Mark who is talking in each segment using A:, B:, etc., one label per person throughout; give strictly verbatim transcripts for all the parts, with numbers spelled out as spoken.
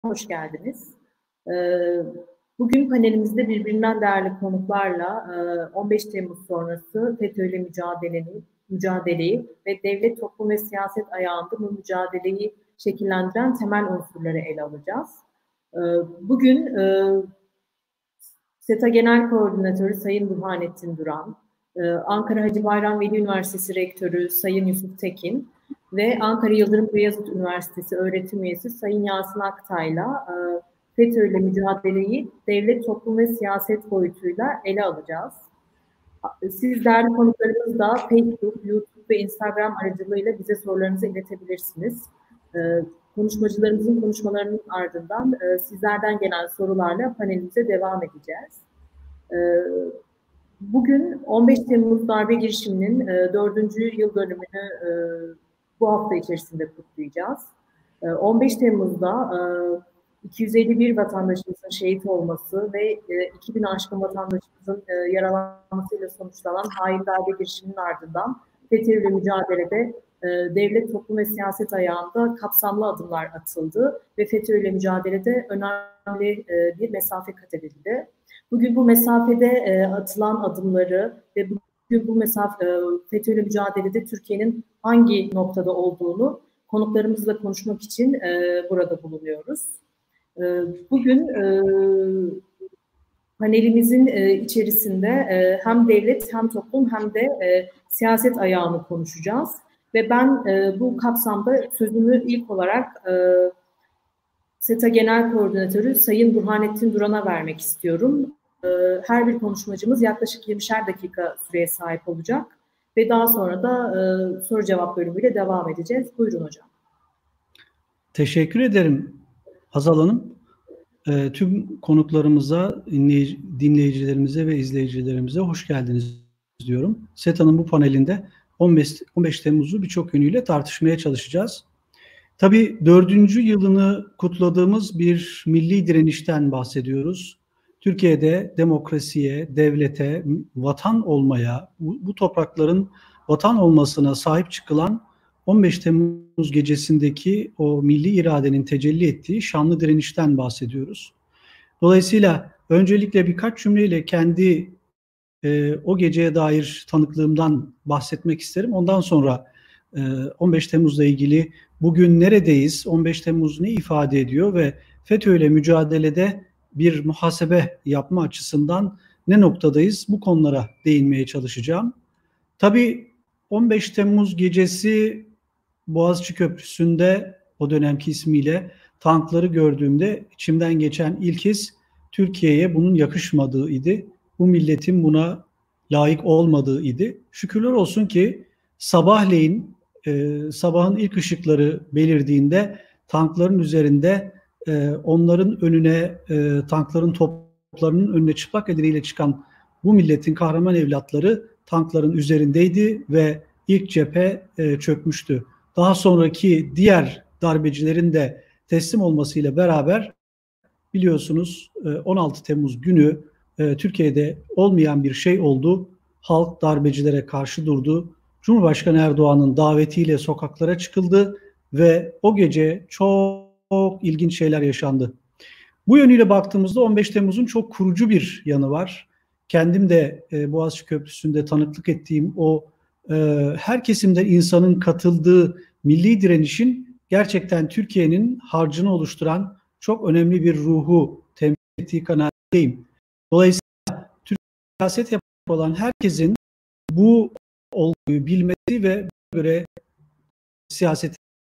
A: Hoş geldiniz. Bugün panelimizde birbirinden değerli konuklarla on beş Temmuz sonrası FETÖ'yle mücadeleyi, mücadeleyi ve devlet, toplum ve siyaset ayağında bu mücadeleyi şekillendiren temel unsurları ele alacağız. Bugün SETA Genel Koordinatörü Sayın Burhanettin Duran, Ankara Hacı Bayram Veli Üniversitesi Rektörü Sayın Yusuf Tekin ve Ankara Yıldırım Beyazıt Üniversitesi öğretim üyesi Sayın Yasin Aktay'la FETÖ'yle mücadeleyi devlet, toplum ve siyaset boyutuyla ele alacağız. Siz değerli konuklarımız da Facebook, YouTube ve Instagram aracılığıyla bize sorularınızı iletebilirsiniz. Konuşmacılarımızın konuşmalarının ardından sizlerden gelen sorularla panelimize devam edeceğiz. Bugün on beş Temmuz darbe girişiminin dördüncü yıl dönümünü bu hafta içerisinde kutlayacağız. on beş Temmuz'da iki yüz elli bir vatandaşımızın şehit olması ve iki bin aşkın vatandaşımızın yaralanmasıyla sonuçlanan hain darbe girişiminin ardından FETÖ'yle mücadelede devlet, toplum ve siyaset ayağında kapsamlı adımlar atıldı ve FETÖ'yle mücadelede önemli bir mesafe kat edildi. Bugün bu mesafede atılan adımları ve bugün bu mesafe FETÖ'yle mücadelede Türkiye'nin hangi noktada olduğunu konuklarımızla konuşmak için burada bulunuyoruz. Bugün panelimizin içerisinde hem devlet hem toplum hem de siyaset ayağını konuşacağız. Ve ben bu kapsamda sözümü ilk olarak SETA Genel Koordinatörü Sayın Burhanettin Duran'a vermek istiyorum. Her bir konuşmacımız yaklaşık yirmişer dakika süreye sahip olacak ve daha sonra da soru cevap bölümüyle devam edeceğiz. Buyurun hocam.
B: Teşekkür ederim Hazal Hanım. Tüm konuklarımıza, dinleyicilerimize ve izleyicilerimize hoş geldiniz diyorum. SETA'nın bu panelinde on beş Temmuz'u birçok yönüyle tartışmaya çalışacağız. Tabii dördüncü yılını kutladığımız bir milli direnişten bahsediyoruz. Türkiye'de demokrasiye, devlete, vatan olmaya, bu, bu toprakların vatan olmasına sahip çıkılan on beş Temmuz gecesindeki o milli iradenin tecelli ettiği şanlı direnişten bahsediyoruz. Dolayısıyla öncelikle birkaç cümleyle kendi e, o geceye dair tanıklığımdan bahsetmek isterim. Ondan sonra e, on beş Temmuz'la ilgili bugün neredeyiz, on beş Temmuz ne ifade ediyor ve FETÖ'yle mücadelede bir muhasebe yapma açısından ne noktadayız, bu konulara değinmeye çalışacağım. Tabii on beş Temmuz gecesi Boğaziçi Köprüsü'nde, o dönemki ismiyle, tankları gördüğümde içimden geçen ilk his Türkiye'ye bunun yakışmadığı idi. Bu milletin buna layık olmadığı idi. Şükürler olsun ki sabahleyin e, sabahın ilk ışıkları belirdiğinde tankların üzerinde e, onların önüne e, tankların toplarının önüne çıplak elleriyle çıkan bu milletin kahraman evlatları tankların üzerindeydi ve ilk cephe e, çökmüştü. Daha sonraki diğer darbecilerin de teslim olmasıyla beraber biliyorsunuz on altı Temmuz günü Türkiye'de olmayan bir şey oldu. Halk darbecilere karşı durdu. Cumhurbaşkanı Erdoğan'ın davetiyle sokaklara çıkıldı ve o gece çok, çok ilginç şeyler yaşandı. Bu yönüyle baktığımızda on beş Temmuz'un çok kurucu bir yanı var. Kendim de Boğaziçi Köprüsü'nde tanıklık ettiğim o her kesimden insanın katıldığı milli direnişin gerçekten Türkiye'nin harcını oluşturan çok önemli bir ruhu temsil ettiği kanaatindeyim. Dolayısıyla Türkiye siyaset yapacak olan herkesin bu olguyu bilmesi ve göre siyaset.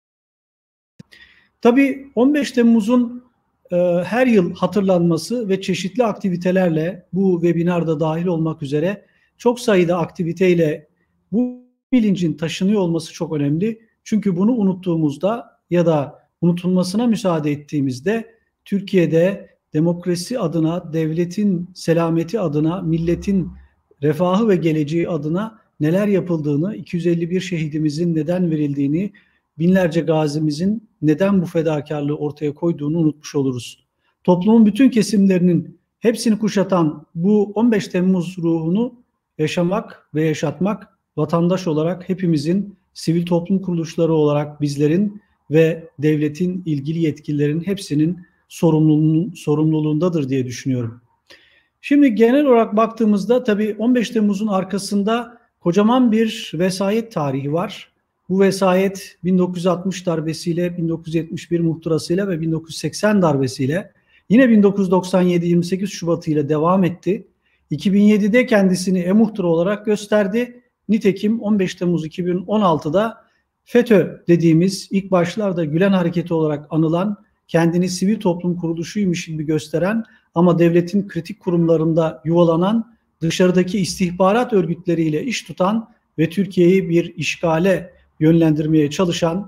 B: Tabii on beş Temmuz'un e, her yıl hatırlanması ve çeşitli aktivitelerle, bu webinarda dahil olmak üzere çok sayıda aktiviteyle bu bilincin taşınıyor olması çok önemli. Çünkü bunu unuttuğumuzda ya da unutulmasına müsaade ettiğimizde Türkiye'de demokrasi adına, devletin selameti adına, milletin refahı ve geleceği adına neler yapıldığını, iki yüz elli bir şehidimizin neden verildiğini, binlerce gazimizin neden bu fedakarlığı ortaya koyduğunu unutmuş oluruz. Toplumun bütün kesimlerinin hepsini kuşatan bu on beş Temmuz ruhunu yaşamak ve yaşatmak vatandaş olarak hepimizin, sivil toplum kuruluşları olarak bizlerin ve devletin ilgili yetkililerin hepsinin sorumluluğun, sorumluluğundadır diye düşünüyorum. Şimdi genel olarak baktığımızda tabii on beş Temmuz'un arkasında kocaman bir vesayet tarihi var. Bu vesayet bin dokuz yüz altmış darbesiyle, bin dokuz yüz yetmiş bir muhtırasıyla ve bin dokuz yüz seksen darbesiyle, yine bin dokuz yüz doksan yedi yirmi sekiz Şubat ile devam etti. iki bin yedide kendisini e-muhtıra olarak gösterdi. Nitekim on beş Temmuz iki bin on altıda FETÖ dediğimiz, ilk başlarda Gülen Hareketi olarak anılan, kendini sivil toplum kuruluşuymuş gibi gösteren ama devletin kritik kurumlarında yuvalanan, dışarıdaki istihbarat örgütleriyle iş tutan ve Türkiye'yi bir işgale yönlendirmeye çalışan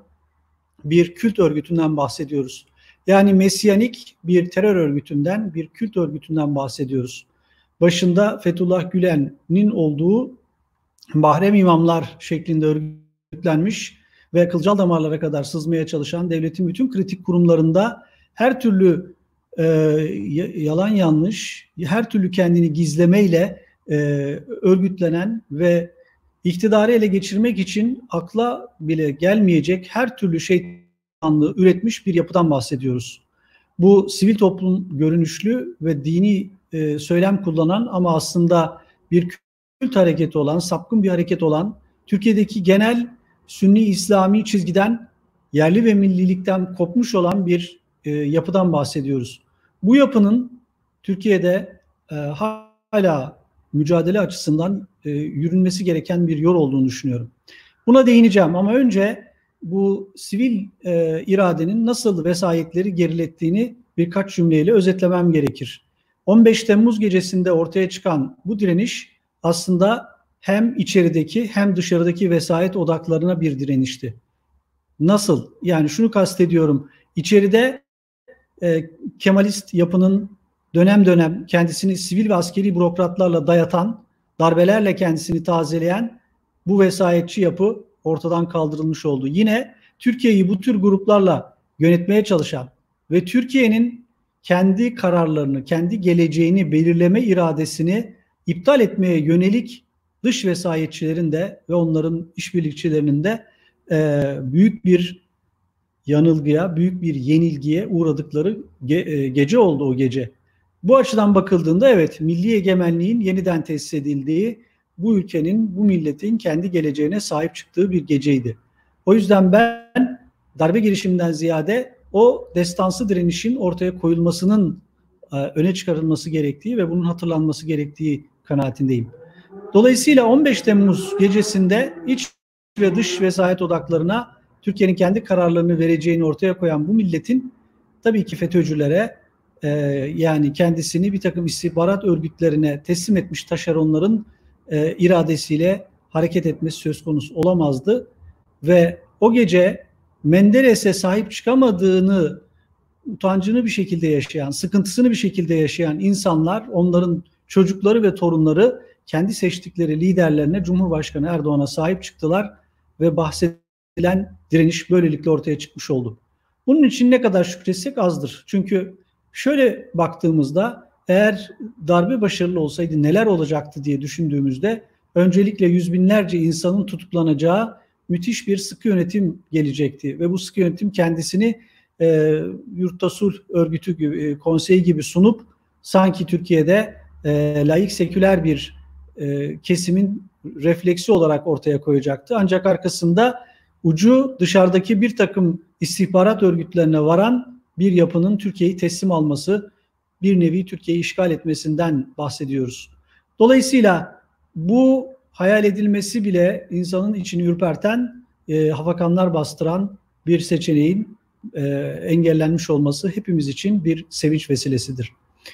B: bir kült örgütünden bahsediyoruz. Yani Mesiyanik bir terör örgütünden, bir kült örgütünden bahsediyoruz. Başında Fethullah Gülen'in olduğu mahrem imamlar şeklinde örgütlenmiş ve kılcal damarlara kadar sızmaya çalışan, devletin bütün kritik kurumlarında her türlü e, yalan yanlış, her türlü kendini gizlemeyle e, örgütlenen ve iktidarı ele geçirmek için akla bile gelmeyecek her türlü şeytanlığı üretmiş bir yapıdan bahsediyoruz. Bu sivil toplum görünüşlü ve dini e, söylem kullanan ama aslında bir kült hareketi olan, sapkın bir hareket olan, Türkiye'deki genel Sünni İslami çizgiden, yerli ve millilikten kopmuş olan bir e, yapıdan bahsediyoruz. Bu yapının Türkiye'de e, hala mücadele açısından e, yürünmesi gereken bir yol olduğunu düşünüyorum. Buna değineceğim ama önce bu sivil e, iradenin nasıl vesayetleri gerilettiğini birkaç cümleyle özetlemem gerekir. on beş Temmuz gecesinde ortaya çıkan bu direniş aslında hem içerideki hem dışarıdaki vesayet odaklarına bir direnişti. Nasıl? Yani şunu kastediyorum. İçeride e, Kemalist yapının dönem dönem kendisini sivil ve askeri bürokratlarla dayatan, darbelerle kendisini tazeleyen bu vesayetçi yapı ortadan kaldırılmış oldu. Yine Türkiye'yi bu tür gruplarla yönetmeye çalışan ve Türkiye'nin kendi kararlarını, kendi geleceğini belirleme iradesini iptal etmeye yönelik dış vesayetçilerin de ve onların işbirlikçilerinin de e, büyük bir yanılgıya, büyük bir yenilgiye uğradıkları ge- e, gece oldu o gece. Bu açıdan bakıldığında evet, milli egemenliğin yeniden tesis edildiği, bu ülkenin, bu milletin kendi geleceğine sahip çıktığı bir geceydi. O yüzden ben darbe girişiminden ziyade o destansı direnişin ortaya koyulmasının e, öne çıkarılması gerektiği ve bunun hatırlanması gerektiği kanaatindeyim. Dolayısıyla on beş Temmuz gecesinde iç ve dış vesayet odaklarına Türkiye'nin kendi kararlarını vereceğini ortaya koyan bu milletin tabii ki FETÖ'cülere e, yani kendisini bir takım istihbarat örgütlerine teslim etmiş taşeronların e, iradesiyle hareket etmesi söz konusu olamazdı. Ve o gece Menderes'e sahip çıkamadığını, utancını bir şekilde yaşayan, sıkıntısını bir şekilde yaşayan insanlar, onların çocukları ve torunları kendi seçtikleri liderlerine, Cumhurbaşkanı Erdoğan'a sahip çıktılar ve bahsedilen direniş böylelikle ortaya çıkmış oldu. Bunun için ne kadar şükretsek azdır. Çünkü şöyle baktığımızda eğer darbe başarılı olsaydı neler olacaktı diye düşündüğümüzde öncelikle yüz binlerce insanın tutuklanacağı müthiş bir sıkı yönetim gelecekti ve bu sıkı yönetim kendisini e, Yurtta Sulh Örgütü gibi, e, konseyi gibi sunup sanki Türkiye'de e, laik seküler bir e, kesimin refleksi olarak ortaya koyacaktı. Ancak arkasında ucu dışarıdaki bir takım istihbarat örgütlerine varan bir yapının Türkiye'yi teslim alması, bir nevi Türkiye'yi işgal etmesinden bahsediyoruz. Dolayısıyla bu hayal edilmesi bile insanın içini ürperten, e, hafakanlar bastıran bir seçeneğin e, engellenmiş olması hepimiz için bir sevinç vesilesidir.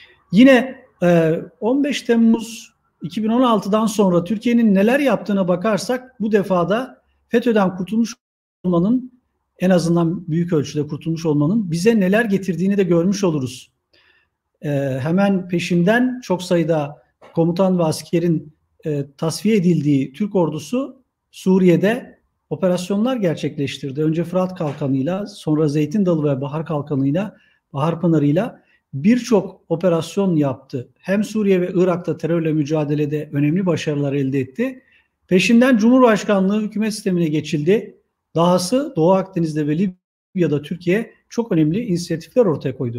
B: Yine e, on beş Temmuz iki bin on altıdan sonra Türkiye'nin neler yaptığına bakarsak bu defada FETÖ'den kurtulmuş olmanın, en azından büyük ölçüde kurtulmuş olmanın bize neler getirdiğini de görmüş oluruz. Ee, hemen peşinden çok sayıda komutan ve askerin e, tasfiye edildiği Türk ordusu Suriye'de operasyonlar gerçekleştirdi. Önce Fırat Kalkanı'yla, sonra Zeytin Dalı ve Bahar Kalkanı'yla, Bahar Pınarı'yla birçok operasyon yaptı. Hem Suriye ve Irak'ta terörle mücadelede önemli başarılar elde etti. Peşinden Cumhurbaşkanlığı hükümet sistemine geçildi. Dahası Doğu Akdeniz'de ve Libya'da Türkiye çok önemli inisiyatifler ortaya koydu.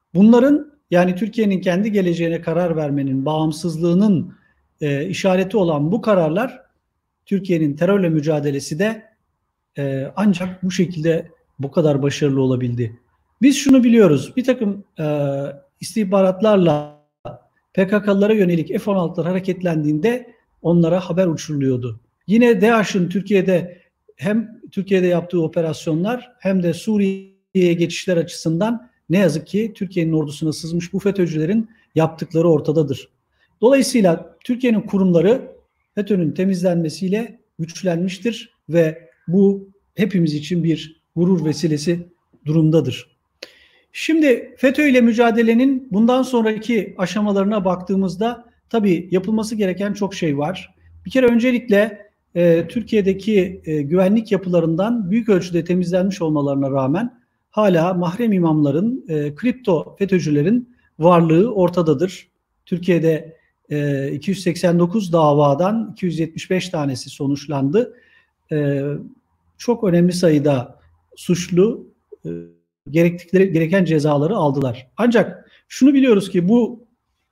B: Bunların, yani Türkiye'nin kendi geleceğine karar vermenin, bağımsızlığının e, işareti olan bu kararlar, Türkiye'nin terörle mücadelesi de e, ancak bu şekilde bu kadar başarılı olabildi. Biz şunu biliyoruz, bir takım e, istihbaratlarla P K K'lılara yönelik F on altılar hareketlendiğinde onlara haber uçuruluyordu. Yine DAEŞ'in Türkiye'de hem Türkiye'de yaptığı operasyonlar hem de Suriye'ye geçişler açısından ne yazık ki Türkiye'nin ordusuna sızmış bu FETÖ'cülerin yaptıkları ortadadır. Dolayısıyla Türkiye'nin kurumları FETÖ'nün temizlenmesiyle güçlenmiştir ve bu hepimiz için bir gurur vesilesi durumdadır. Şimdi FETÖ ile mücadelenin bundan sonraki aşamalarına baktığımızda tabii yapılması gereken çok şey var. Bir kere öncelikle e, Türkiye'deki e, güvenlik yapılarından büyük ölçüde temizlenmiş olmalarına rağmen hala mahrem imamların, e, kripto FETÖ'cülerin varlığı ortadadır. Türkiye'de e, iki yüz seksen dokuz davadan iki yüz yetmiş beş tanesi sonuçlandı. E, çok önemli sayıda suçlu e, gerektikleri gereken cezaları aldılar. Ancak şunu biliyoruz ki bu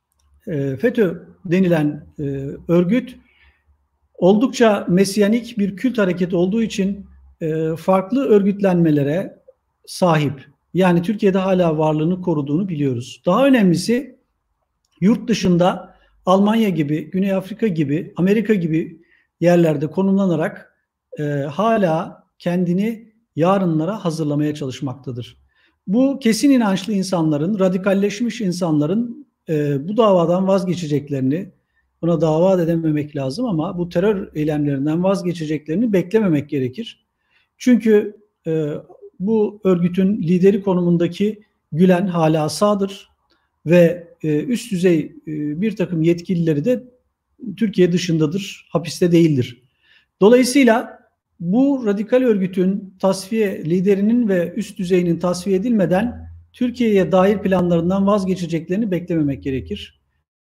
B: e, FETÖ denilen e, örgüt oldukça mesyanik bir kült hareketi olduğu için e, farklı örgütlenmelere sahip. Yani Türkiye'de hala varlığını koruduğunu biliyoruz. Daha önemlisi yurt dışında Almanya gibi, Güney Afrika gibi, Amerika gibi yerlerde konumlanarak e, hala kendini yarınlara hazırlamaya çalışmaktadır. Bu kesin inançlı insanların, radikalleşmiş insanların e, bu davadan vazgeçeceklerini, buna dava edememek lazım ama bu terör eylemlerinden vazgeçeceklerini beklememek gerekir. Çünkü e, bu örgütün lideri konumundaki Gülen hala sağdır ve e, üst düzey e, bir takım yetkilileri de Türkiye dışındadır, hapiste değildir. Dolayısıyla bu radikal örgütün tasfiye liderinin ve üst düzeyinin tasfiye edilmeden Türkiye'ye dair planlarından vazgeçeceklerini beklememek gerekir.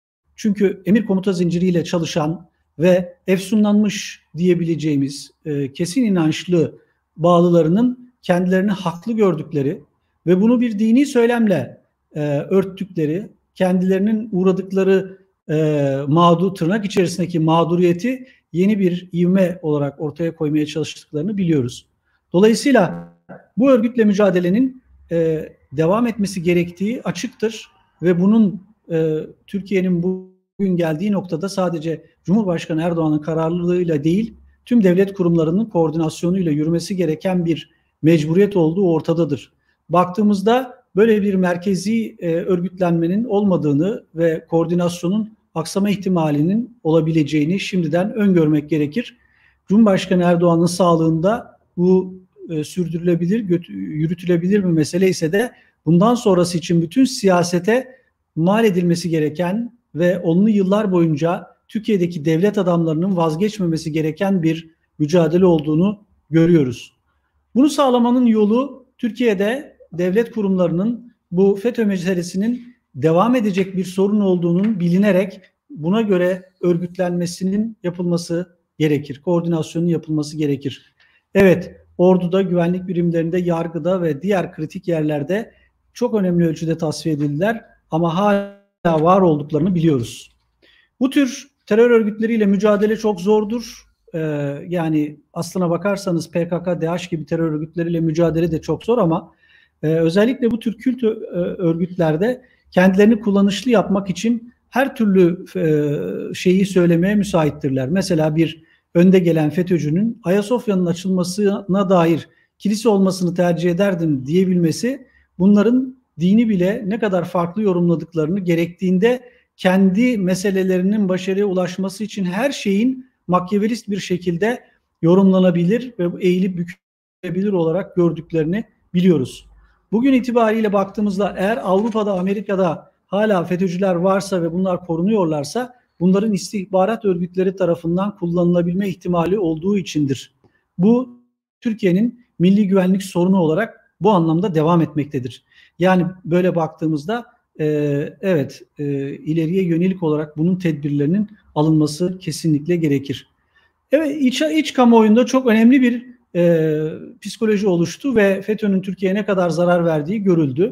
B: Çünkü emir komuta zinciriyle çalışan ve efsunlanmış diyebileceğimiz e, kesin inançlı bağlılarının kendilerini haklı gördükleri ve bunu bir dini söylemle e, örttükleri, kendilerinin uğradıkları e, mağdur, tırnak içerisindeki mağduriyeti yeni bir ivme olarak ortaya koymaya çalıştıklarını biliyoruz. Dolayısıyla bu örgütle mücadelenin e, devam etmesi gerektiği açıktır ve bunun e, Türkiye'nin bugün geldiği noktada sadece Cumhurbaşkanı Erdoğan'ın kararlılığıyla değil, tüm devlet kurumlarının koordinasyonuyla yürümesi gereken bir mecburiyet olduğu ortadadır. Baktığımızda böyle bir merkezi e, örgütlenmenin olmadığını ve koordinasyonun aksama ihtimalinin olabileceğini şimdiden öngörmek gerekir. Cumhurbaşkanı Erdoğan'ın sağlığında bu e, sürdürülebilir, yürütülebilir bir mesele ise de bundan sonrası için bütün siyasete mal edilmesi gereken ve onlu yıllar boyunca Türkiye'deki devlet adamlarının vazgeçmemesi gereken bir mücadele olduğunu görüyoruz. Bunu sağlamanın yolu Türkiye'de devlet kurumlarının bu FETÖ meselesinin devam edecek bir sorun olduğunun bilinerek buna göre örgütlenmesinin yapılması gerekir. Koordinasyonun yapılması gerekir. Evet, orduda, güvenlik birimlerinde, yargıda ve diğer kritik yerlerde çok önemli ölçüde tasfiye edildiler ama hala var olduklarını biliyoruz. Bu tür terör örgütleriyle mücadele çok zordur. Ee, yani aslına bakarsanız P K K, DAEŞ gibi terör örgütleriyle mücadele de çok zor ama e, özellikle bu tür kült örgütlerde kendilerini kullanışlı yapmak için her türlü e, şeyi söylemeye müsaittirler. Mesela bir önde gelen FETÖ'cünün Ayasofya'nın açılmasına dair kilise olmasını tercih ederdim diyebilmesi, bunların dini bile ne kadar farklı yorumladıklarını, gerektiğinde kendi meselelerinin başarıya ulaşması için her şeyin makyavelist bir şekilde yorumlanabilir ve eğilip bükülebilir olarak gördüklerini biliyoruz. Bugün itibariyle baktığımızda eğer Avrupa'da, Amerika'da hala FETÖ'cüler varsa ve bunlar korunuyorlarsa bunların istihbarat örgütleri tarafından kullanılabilme ihtimali olduğu içindir. Bu Türkiye'nin milli güvenlik sorunu olarak bu anlamda devam etmektedir. Yani böyle baktığımızda e, evet e, ileriye yönelik olarak bunun tedbirlerinin alınması kesinlikle gerekir. Evet, iç, iç kamuoyunda çok önemli bir e, psikoloji oluştu ve FETÖ'nün Türkiye'ye ne kadar zarar verdiği görüldü.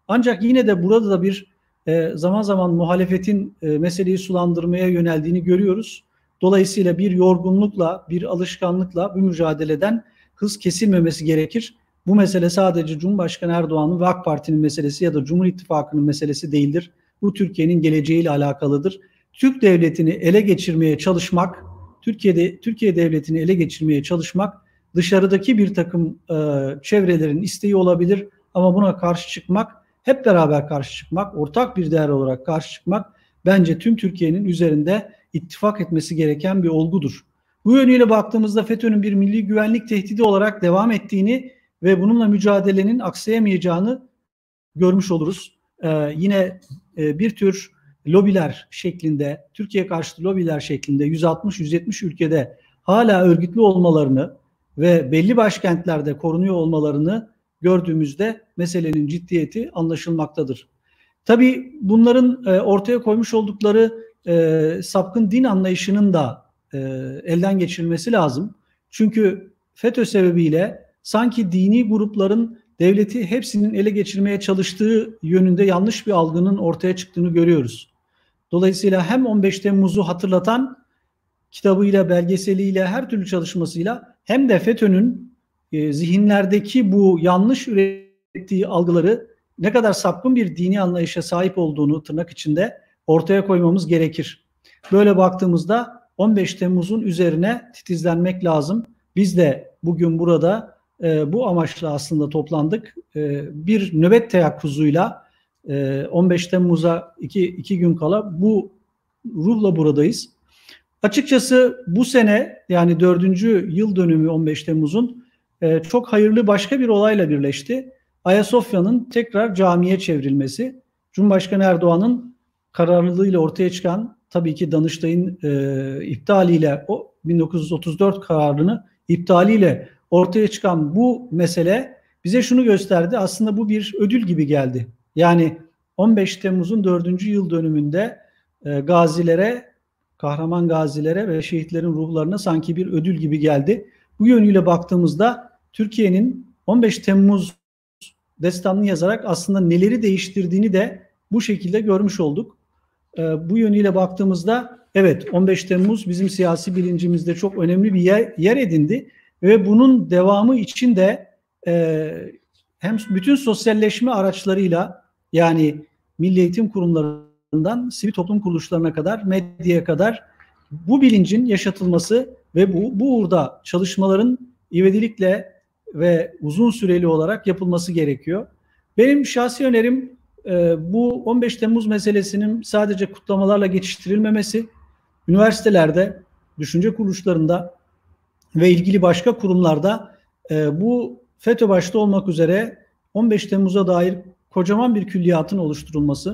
B: Ancak yine de burada da bir e, zaman zaman muhalefetin e, meseleyi sulandırmaya yöneldiğini görüyoruz. Dolayısıyla bir yorgunlukla, bir alışkanlıkla bu mücadeleden hız kesilmemesi gerekir. Bu mesele sadece Cumhurbaşkanı Erdoğan'ın ve AK Parti'nin meselesi ya da Cumhur İttifakı'nın meselesi değildir. Bu Türkiye'nin geleceğiyle alakalıdır. Türk devletini ele geçirmeye çalışmak, Türkiye'de Türkiye devletini ele geçirmeye çalışmak dışarıdaki bir takım e, çevrelerin isteği olabilir ama buna karşı çıkmak, hep beraber karşı çıkmak, ortak bir değer olarak karşı çıkmak bence tüm Türkiye'nin üzerinde ittifak etmesi gereken bir olgudur. Bu yönüyle baktığımızda FETÖ'nün bir milli güvenlik tehdidi olarak devam ettiğini ve bununla mücadelenin aksayamayacağını görmüş oluruz. Ee, yine e, bir tür lobiler şeklinde, Türkiye karşıtı lobiler şeklinde yüz altmış yüz yetmiş ülkede hala örgütlü olmalarını ve belli başkentlerde korunuyor olmalarını gördüğümüzde meselenin ciddiyeti anlaşılmaktadır. Tabii bunların e, ortaya koymuş oldukları e, sapkın din anlayışının da e, elden geçirilmesi lazım. Çünkü FETÖ sebebiyle sanki dini grupların devleti hepsinin ele geçirmeye çalıştığı yönünde yanlış bir algının ortaya çıktığını görüyoruz. Dolayısıyla hem on beş Temmuz'u hatırlatan kitabıyla, belgeseliyle, her türlü çalışmasıyla hem de FETÖ'nün e, zihinlerdeki bu yanlış ürettiği algıları ne kadar sapkın bir dini anlayışa sahip olduğunu tırnak içinde ortaya koymamız gerekir. Böyle baktığımızda on beş Temmuz'un üzerine titizlenmek lazım. Biz de bugün burada e, bu amaçla aslında toplandık. E, bir nöbet teyakkuzuyla e, on beş Temmuz'a iki, iki gün kala bu ruhla buradayız. Açıkçası bu sene, yani dördüncü yıl dönümü on beş Temmuz'un e, çok hayırlı başka bir olayla birleşti. Ayasofya'nın tekrar camiye çevrilmesi, Cumhurbaşkanı Erdoğan'ın kararlılığıyla ortaya çıkan, tabii ki Danıştay'ın e, iptaliyle, o bin dokuz yüz otuz dört kararını iptaliyle ortaya çıkan bu mesele bize şunu gösterdi. Aslında bu bir ödül gibi geldi. Yani on beş Temmuz'un dördüncü yıl dönümünde e, gazilere, kahraman gazilere ve şehitlerin ruhlarına sanki bir ödül gibi geldi. Bu yönüyle baktığımızda Türkiye'nin on beş Temmuz destanını yazarak aslında neleri değiştirdiğini de bu şekilde görmüş olduk. Ee, bu yönüyle baktığımızda evet, on beş Temmuz bizim siyasi bilincimizde çok önemli bir yer, yer edindi ve bunun devamı için de e, hem bütün sosyalleşme araçlarıyla, yani milli eğitim kurumlarından sivil toplum kuruluşlarına kadar, medyaya kadar bu bilincin yaşatılması ve bu, bu uğurda çalışmaların ivedilikle ve uzun süreli olarak yapılması gerekiyor. Benim şahsi önerim e, bu on beş Temmuz meselesinin sadece kutlamalarla geçiştirilmemesi, üniversitelerde, düşünce kuruluşlarında ve ilgili başka kurumlarda e, bu FETÖ başta olmak üzere on beş Temmuz'a dair kocaman bir külliyatın oluşturulması,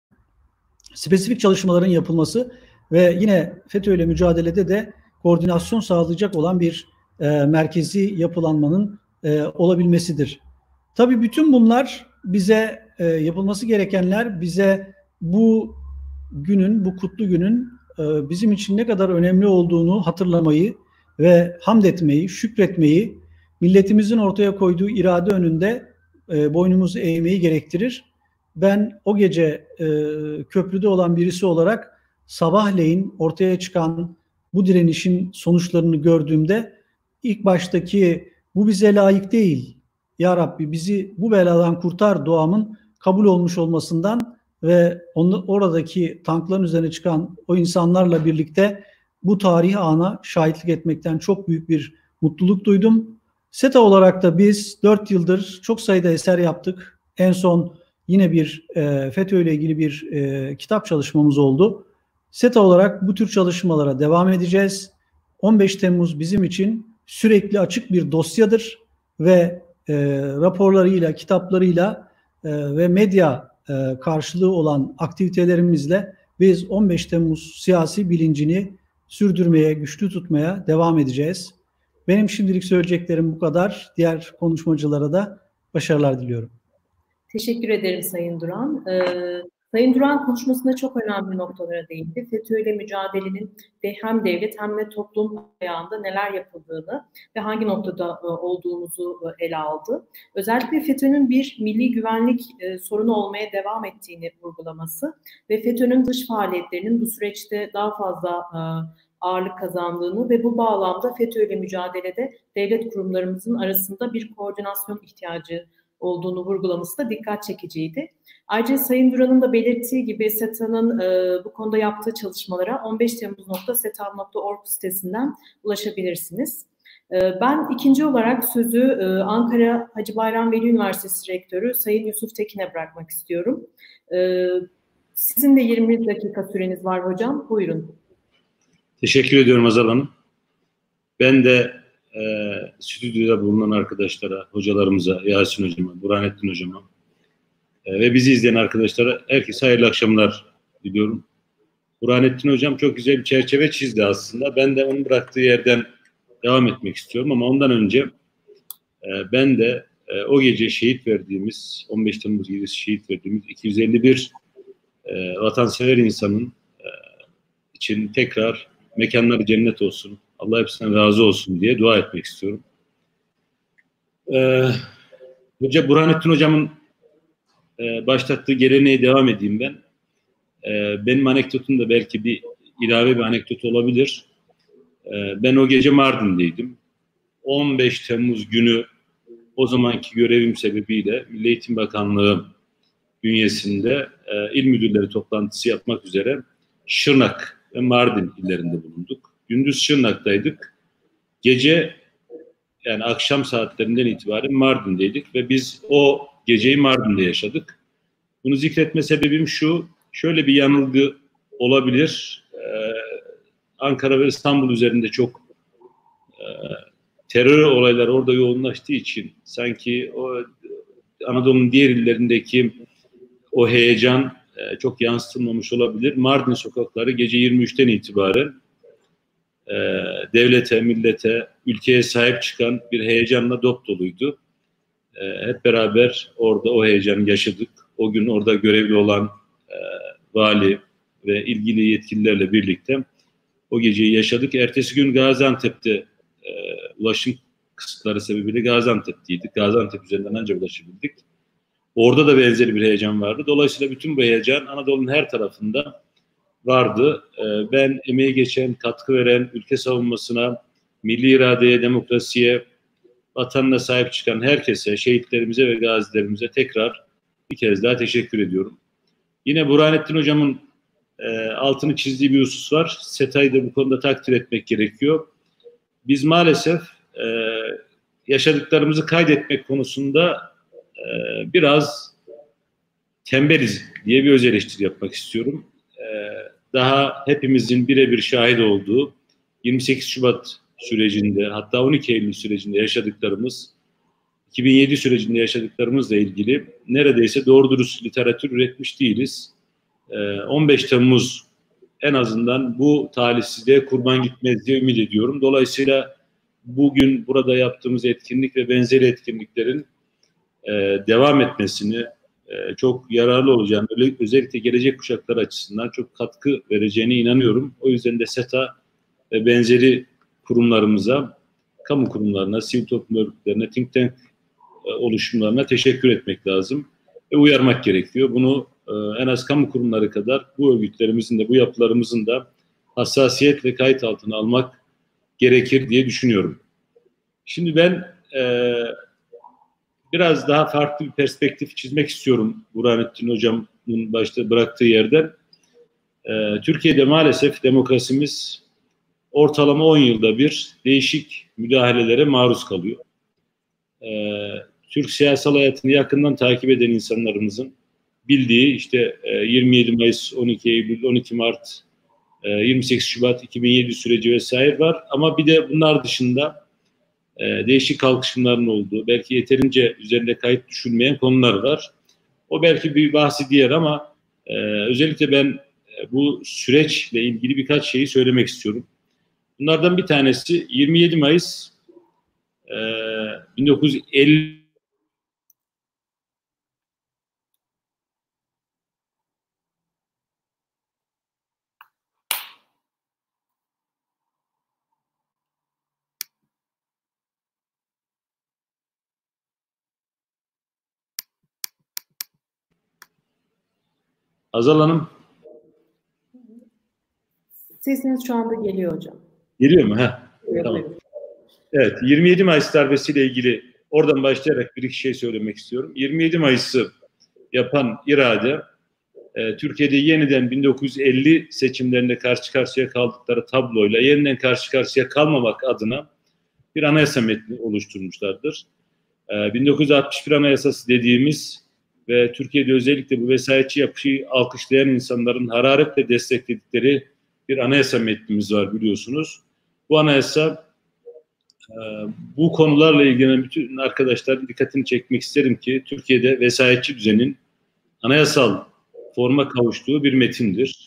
B: spesifik çalışmaların yapılması ve yine FETÖ ile mücadelede de koordinasyon sağlayacak olan bir e, merkezi yapılanmanın e, olabilmesidir. Tabii bütün bunlar bize e, yapılması gerekenler, bize bu günün, bu kutlu günün e, bizim için ne kadar önemli olduğunu hatırlamayı ve hamd etmeyi, şükretmeyi, milletimizin ortaya koyduğu irade önünde e, boynumuzu eğmeyi gerektirir. Ben o gece e, köprüde olan birisi olarak sabahleyin ortaya çıkan bu direnişin sonuçlarını gördüğümde ilk baştaki bu bize layık değil, Ya Rabbi bizi bu beladan kurtar duamın kabul olmuş olmasından ve onu, oradaki tankların üzerine çıkan o insanlarla birlikte bu tarihi ana şahitlik etmekten çok büyük bir mutluluk duydum. SETA olarak da biz dört yıldır çok sayıda eser yaptık. En son yine bir e, FETÖ ile ilgili bir e, kitap çalışmamız oldu. SETA olarak bu tür çalışmalara devam edeceğiz. on beş Temmuz bizim için sürekli açık bir dosyadır ve e, raporlarıyla, kitaplarıyla e, ve medya e, karşılığı olan aktivitelerimizle biz on beş Temmuz siyasi bilincini sürdürmeye, güçlü tutmaya devam edeceğiz. Benim şimdilik söyleyeceklerim bu kadar. Diğer konuşmacılara da başarılar diliyorum.
A: Teşekkür ederim Sayın Duran. Ee, Sayın Duran konuşmasında çok önemli noktalara değindi. FETÖ ile mücadelenin de hem devlet hem de toplum ayağında neler yapıldığını ve hangi noktada e, olduğumuzu e, ele aldı. Özellikle FETÖ'nün bir milli güvenlik e, sorunu olmaya devam ettiğini vurgulaması ve FETÖ'nün dış faaliyetlerinin bu süreçte daha fazla e, ağırlık kazandığını ve bu bağlamda FETÖ ile mücadelede devlet kurumlarımızın arasında bir koordinasyon ihtiyacı olduğunu vurgulaması da dikkat çekiciydi. Ayrıca Sayın Duran'ın da belirttiği gibi SETA'nın e, bu konuda yaptığı çalışmalara on beş temmuz nokta setav nokta org sitesinden ulaşabilirsiniz. E, ben ikinci olarak sözü e, Ankara Hacı Bayram Veli Üniversitesi Rektörü Sayın Yusuf Tekin'e bırakmak istiyorum. E, sizin de yirmi dakika süreniz var hocam. Buyurun.
C: Teşekkür ediyorum Azal Hanım. Ben de e, stüdyoda bulunan arkadaşlara, hocalarımıza, Yasin Hocama, Burhanettin Hocama e, ve bizi izleyen arkadaşlara herkese hayırlı akşamlar diliyorum. Burhanettin Hocam çok güzel bir çerçeve çizdi aslında. Ben de onun bıraktığı yerden devam etmek istiyorum ama ondan önce e, ben de e, o gece şehit verdiğimiz, on beş Temmuz gecesi şehit verdiğimiz iki yüz elli bir e, vatansever insanın e, için tekrar mekanları cennet olsun, Allah hepsinden razı olsun diye dua etmek istiyorum. Ee, Hoca Burhanettin Hocam'ın e, başlattığı geleneğe devam edeyim ben. Ee, benim anekdotum da belki bir ilave bir anekdot olabilir. Ee, ben o gece Mardin'deydim. on beş Temmuz günü o zamanki görevim sebebiyle Milli Eğitim Bakanlığı bünyesinde e, il müdürleri toplantısı yapmak üzere Şırnak ve Mardin illerinde bulunduk. Gündüz Şırnak'taydık. Gece yani akşam saatlerinden itibaren Mardin'deydik ve biz o geceyi Mardin'de yaşadık. Bunu zikretme sebebim şu, şöyle bir yanılgı olabilir. Ee, Ankara ve İstanbul üzerinde çok e, terör olayları orada yoğunlaştığı için sanki o Anadolu'nun diğer illerindeki o heyecan e, çok yansıtılmamış olabilir. Mardin sokakları gece yirmi üçten itibaren e, devlete, millete, ülkeye sahip çıkan bir heyecanla dop doluydu. E, hep beraber orada o heyecanı yaşadık. O gün orada görevli olan e, vali ve ilgili yetkililerle birlikte o geceyi yaşadık. Ertesi gün Gaziantep'te e, ulaşım kısıtları sebebiyle Gaziantep'teydik. Gaziantep üzerinden ancak ulaşabildik. Orada da benzeri bir heyecan vardı. Dolayısıyla bütün bu heyecan Anadolu'nun her tarafında vardı. Ben emeği geçen, katkı veren, ülke savunmasına, milli iradeye, demokrasiye, vatanına sahip çıkan herkese, şehitlerimize ve gazilerimize tekrar bir kez daha teşekkür ediyorum. Yine Burhanettin Hocam'ın e, altını çizdiği bir husus var. SETA'yı da bu konuda takdir etmek gerekiyor. Biz maalesef e, yaşadıklarımızı kaydetmek konusunda e, biraz tembeliz diye bir öz eleştiri yapmak istiyorum. E, daha hepimizin birebir şahit olduğu yirmi sekiz Şubat sürecinde, hatta on iki Eylül sürecinde yaşadıklarımız, iki bin yedi sürecinde yaşadıklarımızla ilgili neredeyse doğru dürüst literatür üretmiş değiliz. on beş Temmuz en azından bu talihsizliğe kurban gitmez diye ümit ediyorum. Dolayısıyla bugün burada yaptığımız etkinlik ve benzeri etkinliklerin devam etmesini çok yararlı olacağını, özellikle gelecek kuşaklar açısından çok katkı vereceğine inanıyorum. O yüzden de SETA ve benzeri kurumlarımıza, kamu kurumlarına, sivil toplum örgütlerine, think tank oluşumlarına teşekkür etmek lazım ve uyarmak gerekiyor. Bunu en az kamu kurumları kadar bu örgütlerimizin de, bu yapılarımızın da hassasiyetle kayıt altına almak gerekir diye düşünüyorum. Şimdi ben e, biraz daha farklı bir perspektif çizmek istiyorum Burhanettin Hocam'ın başta bıraktığı yerden. E, Türkiye'de maalesef demokrasimiz ortalama on yılda bir değişik müdahalelere maruz kalıyor. E, Türk siyasal hayatını yakından takip eden insanlarımızın bildiği işte yirmi yedi Mayıs, on iki Eylül, on iki Mart, yirmi sekiz Şubat iki bin yedi süreci vesaire var. Ama bir de bunlar dışında değişik kalkışımların olduğu, belki yeterince üzerinde kayıt düşülmeyen konular var. O belki bir bahsi diğer ama özellikle ben bu süreçle ilgili birkaç şeyi söylemek istiyorum. Bunlardan bir tanesi yirmi yedi Mayıs bin dokuz yüz elli Hazal Hanım.
A: Sesiniz şu anda geliyor hocam.
C: Geliyor mu? Heh.
A: Evet,
C: Tamam.
A: evet.
C: Evet, yirmi yedi Mayıs darbesiyle ilgili oradan başlayarak bir iki şey söylemek istiyorum. yirmi yedi Mayıs'ı yapan irade, e, Türkiye'de yeniden bin dokuz yüz elli seçimlerinde karşı karşıya kaldıkları tabloyla yeniden karşı karşıya kalmamak adına bir anayasa metni oluşturmuşlardır. E, bin dokuz yüz altmış bir Anayasası dediğimiz ve Türkiye'de özellikle bu vesayetçi yapıyı alkışlayan insanların hararetle destekledikleri bir anayasa metnimiz var, biliyorsunuz. Bu anayasa, e, bu konularla ilgilenen bütün arkadaşların dikkatini çekmek isterim ki Türkiye'de vesayetçi düzenin anayasal forma kavuştuğu bir metindir.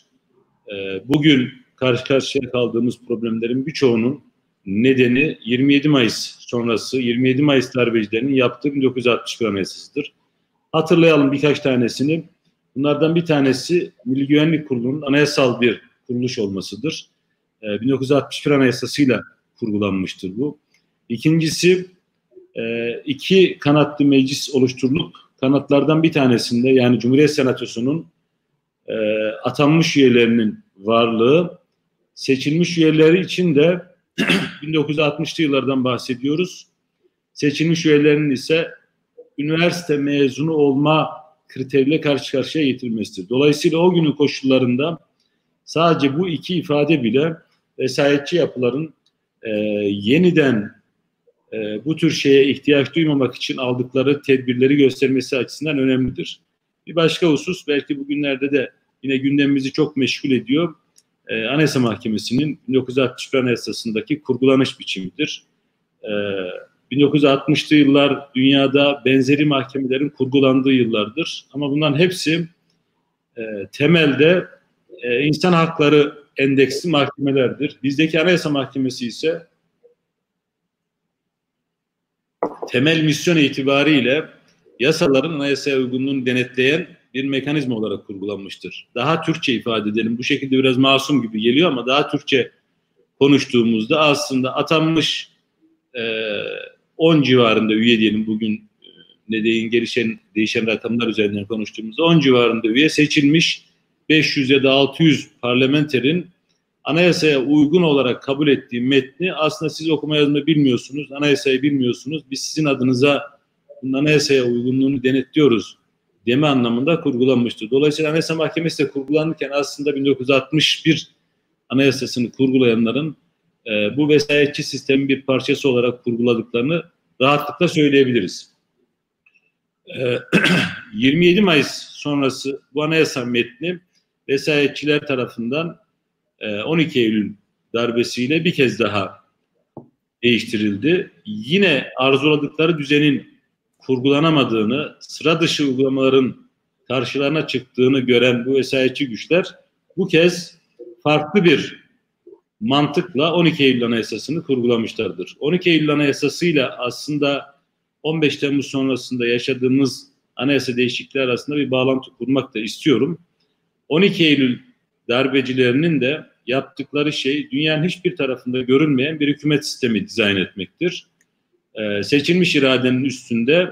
C: E, bugün karşı karşıya kaldığımız problemlerin birçoğunun nedeni yirmi yedi Mayıs sonrası yirmi yedi Mayıs darbecilerinin yaptığı bin dokuz yüz altmış bir Anayasası'dır. Hatırlayalım birkaç tanesini. Bunlardan bir tanesi Milli Güvenlik Kurulu'nun anayasal bir kuruluş olmasıdır. E, bin dokuz yüz altmış bir Anayasası'yla kurgulanmıştır bu. İkincisi, e, iki kanatlı meclis oluşturulup kanatlardan bir tanesinde, yani Cumhuriyet Senatosu'nun e, atanmış üyelerinin varlığı, seçilmiş üyeleri için de bin dokuz yüz altmışlı yıllardan bahsediyoruz. Seçilmiş üyelerinin ise üniversite mezunu olma kriteriyle karşı karşıya getirilmesidir. Dolayısıyla o günün koşullarında sadece bu iki ifade bile vesayetçi yapıların e, yeniden e, bu tür şeye ihtiyaç duymamak için aldıkları tedbirleri göstermesi açısından önemlidir. Bir başka husus, belki bugünlerde de yine gündemimizi çok meşgul ediyor. E, Anayasa Mahkemesi'nin bin dokuz yüz altmış bir Anayasası'ndaki kurgulanış biçimidir. E, bin dokuz yüz altmışlı yıllar dünyada benzeri mahkemelerin kurgulandığı yıllardır. Ama bunların hepsi e, temelde e, insan hakları endeksli mahkemelerdir. Bizdeki Anayasa Mahkemesi ise temel misyon itibariyle yasaların anayasaya uygunluğunu denetleyen bir mekanizma olarak kurgulanmıştır. Daha Türkçe ifade edelim. Bu şekilde biraz masum gibi geliyor ama daha Türkçe konuştuğumuzda aslında atanmış e, on civarında üye diyelim, bugün e, ne deyin gelişen değişen rakamlar üzerinden konuştuğumuzda on civarında üye seçilmiş beş yüz ya da altı yüz parlamenterin anayasaya uygun olarak kabul ettiği metni aslında siz okuma yazma bilmiyorsunuz, anayasayı bilmiyorsunuz, biz sizin adınıza bunun anayasaya uygunluğunu denetliyoruz deme anlamında kurgulanmıştır. Dolayısıyla Anayasa Mahkemesi de kurgulanırken aslında bin dokuz yüz altmış bir Anayasasını kurgulayanların e, bu vesayetçi sistemin bir parçası olarak kurguladıklarını rahatlıkla söyleyebiliriz. E, yirmi yedi Mayıs sonrası bu anayasa metni vesayetçiler tarafından e, on iki Eylül darbesiyle bir kez daha değiştirildi. Yine arzuladıkları düzenin kurgulanamadığını, sıra dışı uygulamaların karşılarına çıktığını gören bu vesayetçi güçler bu kez farklı bir mantıkla on iki Eylül Anayasası'nı kurgulamışlardır. on iki Eylül Anayasası'yla aslında on beş Temmuz sonrasında yaşadığımız anayasa değişiklikleri arasında bir bağlantı kurmak da istiyorum. on iki Eylül darbecilerinin de yaptıkları şey dünyanın hiçbir tarafında görülmeyen bir hükümet sistemi dizayn etmektir. Ee, seçilmiş iradenin üstünde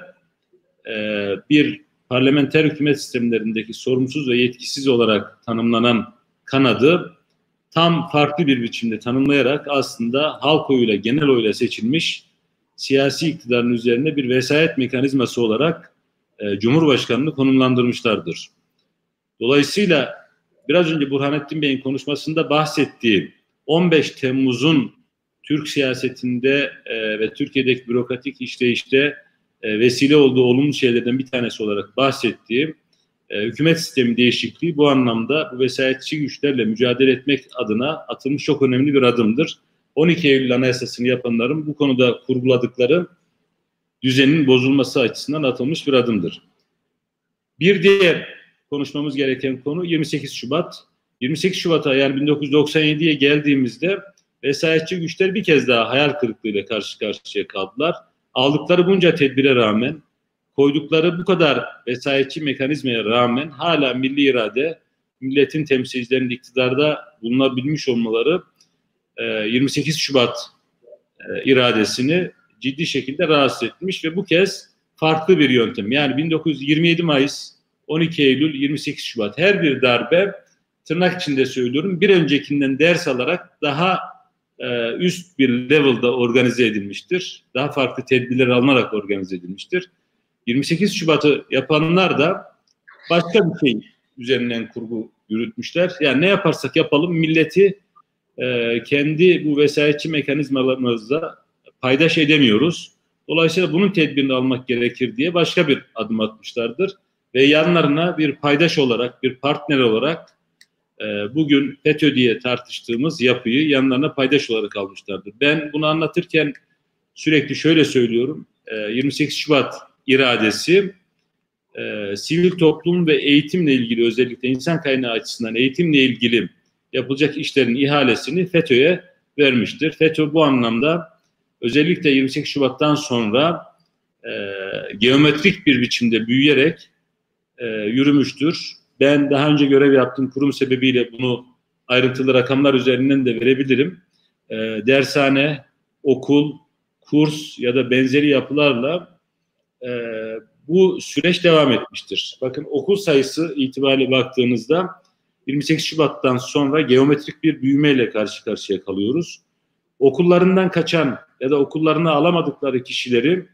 C: e, bir parlamenter hükümet sistemlerindeki sorumsuz ve yetkisiz olarak tanımlanan kanadı tam farklı bir biçimde tanımlayarak aslında halk oyuyla, genel oyla seçilmiş siyasi iktidarın üzerine bir vesayet mekanizması olarak e, Cumhurbaşkanı'nı konumlandırmışlardır. Dolayısıyla biraz önce Burhanettin Bey'in konuşmasında bahsettiği on beş Temmuz'un Türk siyasetinde e, ve Türkiye'deki bürokratik işleyişte e, vesile olduğu olumlu şeylerden bir tanesi olarak bahsettiğim e, hükümet sistemi değişikliği bu anlamda bu vesayetçi güçlerle mücadele etmek adına atılmış çok önemli bir adımdır. on iki Eylül Anayasası'nı yapanların bu konuda kurguladıkları düzenin bozulması açısından atılmış bir adımdır. Bir diğer konuşmamız gereken konu yirmi sekiz Şubat. yirmi sekiz Şubat'a, yani bin dokuz yüz doksan yediye geldiğimizde vesayetçi güçler bir kez daha hayal kırıklığıyla karşı karşıya kaldılar. Aldıkları bunca tedbire rağmen, koydukları bu kadar vesayetçi mekanizmaya rağmen hala milli irade, milletin temsilcilerinin iktidarda bulunabilmiş olmaları yirmi sekiz Şubat iradesini ciddi şekilde rahatsız etmiş ve bu kez farklı bir yöntem. Yani bin dokuz yüz yirmi yedi Mayıs on iki Eylül, yirmi sekiz Şubat. Her bir darbe, tırnak içinde söylüyorum, bir öncekinden ders alarak daha e, üst bir level'da organize edilmiştir. Daha farklı tedbirler alınarak organize edilmiştir. yirmi sekiz Şubat'ı yapanlar da başka bir şey üzerinden kurgu yürütmüşler. Yani ne yaparsak yapalım milleti e, kendi bu vesayetçi mekanizmalarımızla paydaş edemiyoruz. Dolayısıyla bunun tedbirini almak gerekir diye başka bir adım atmışlardır. Ve yanlarına bir paydaş olarak, bir partner olarak e, bugün FETÖ diye tartıştığımız yapıyı yanlarına paydaş olarak almışlardır. Ben bunu anlatırken sürekli şöyle söylüyorum. E, yirmi sekiz Şubat iradesi e, sivil toplum ve eğitimle ilgili, özellikle insan kaynağı açısından eğitimle ilgili yapılacak işlerin ihalesini FETÖ'ye vermiştir. FETÖ bu anlamda özellikle yirmi sekiz Şubat'tan sonra e, geometrik bir biçimde büyüyerek e, yürümüştür. Ben daha önce görev yaptığım kurum sebebiyle bunu ayrıntılı rakamlar üzerinden de verebilirim. E, dershane, okul, kurs ya da benzeri yapılarla e, bu süreç devam etmiştir. Bakın okul sayısı itibariyle baktığınızda yirmi sekiz Şubat'tan sonra geometrik bir büyümeyle karşı karşıya kalıyoruz. Okullarından kaçan ya da okullarına alamadıkları kişileri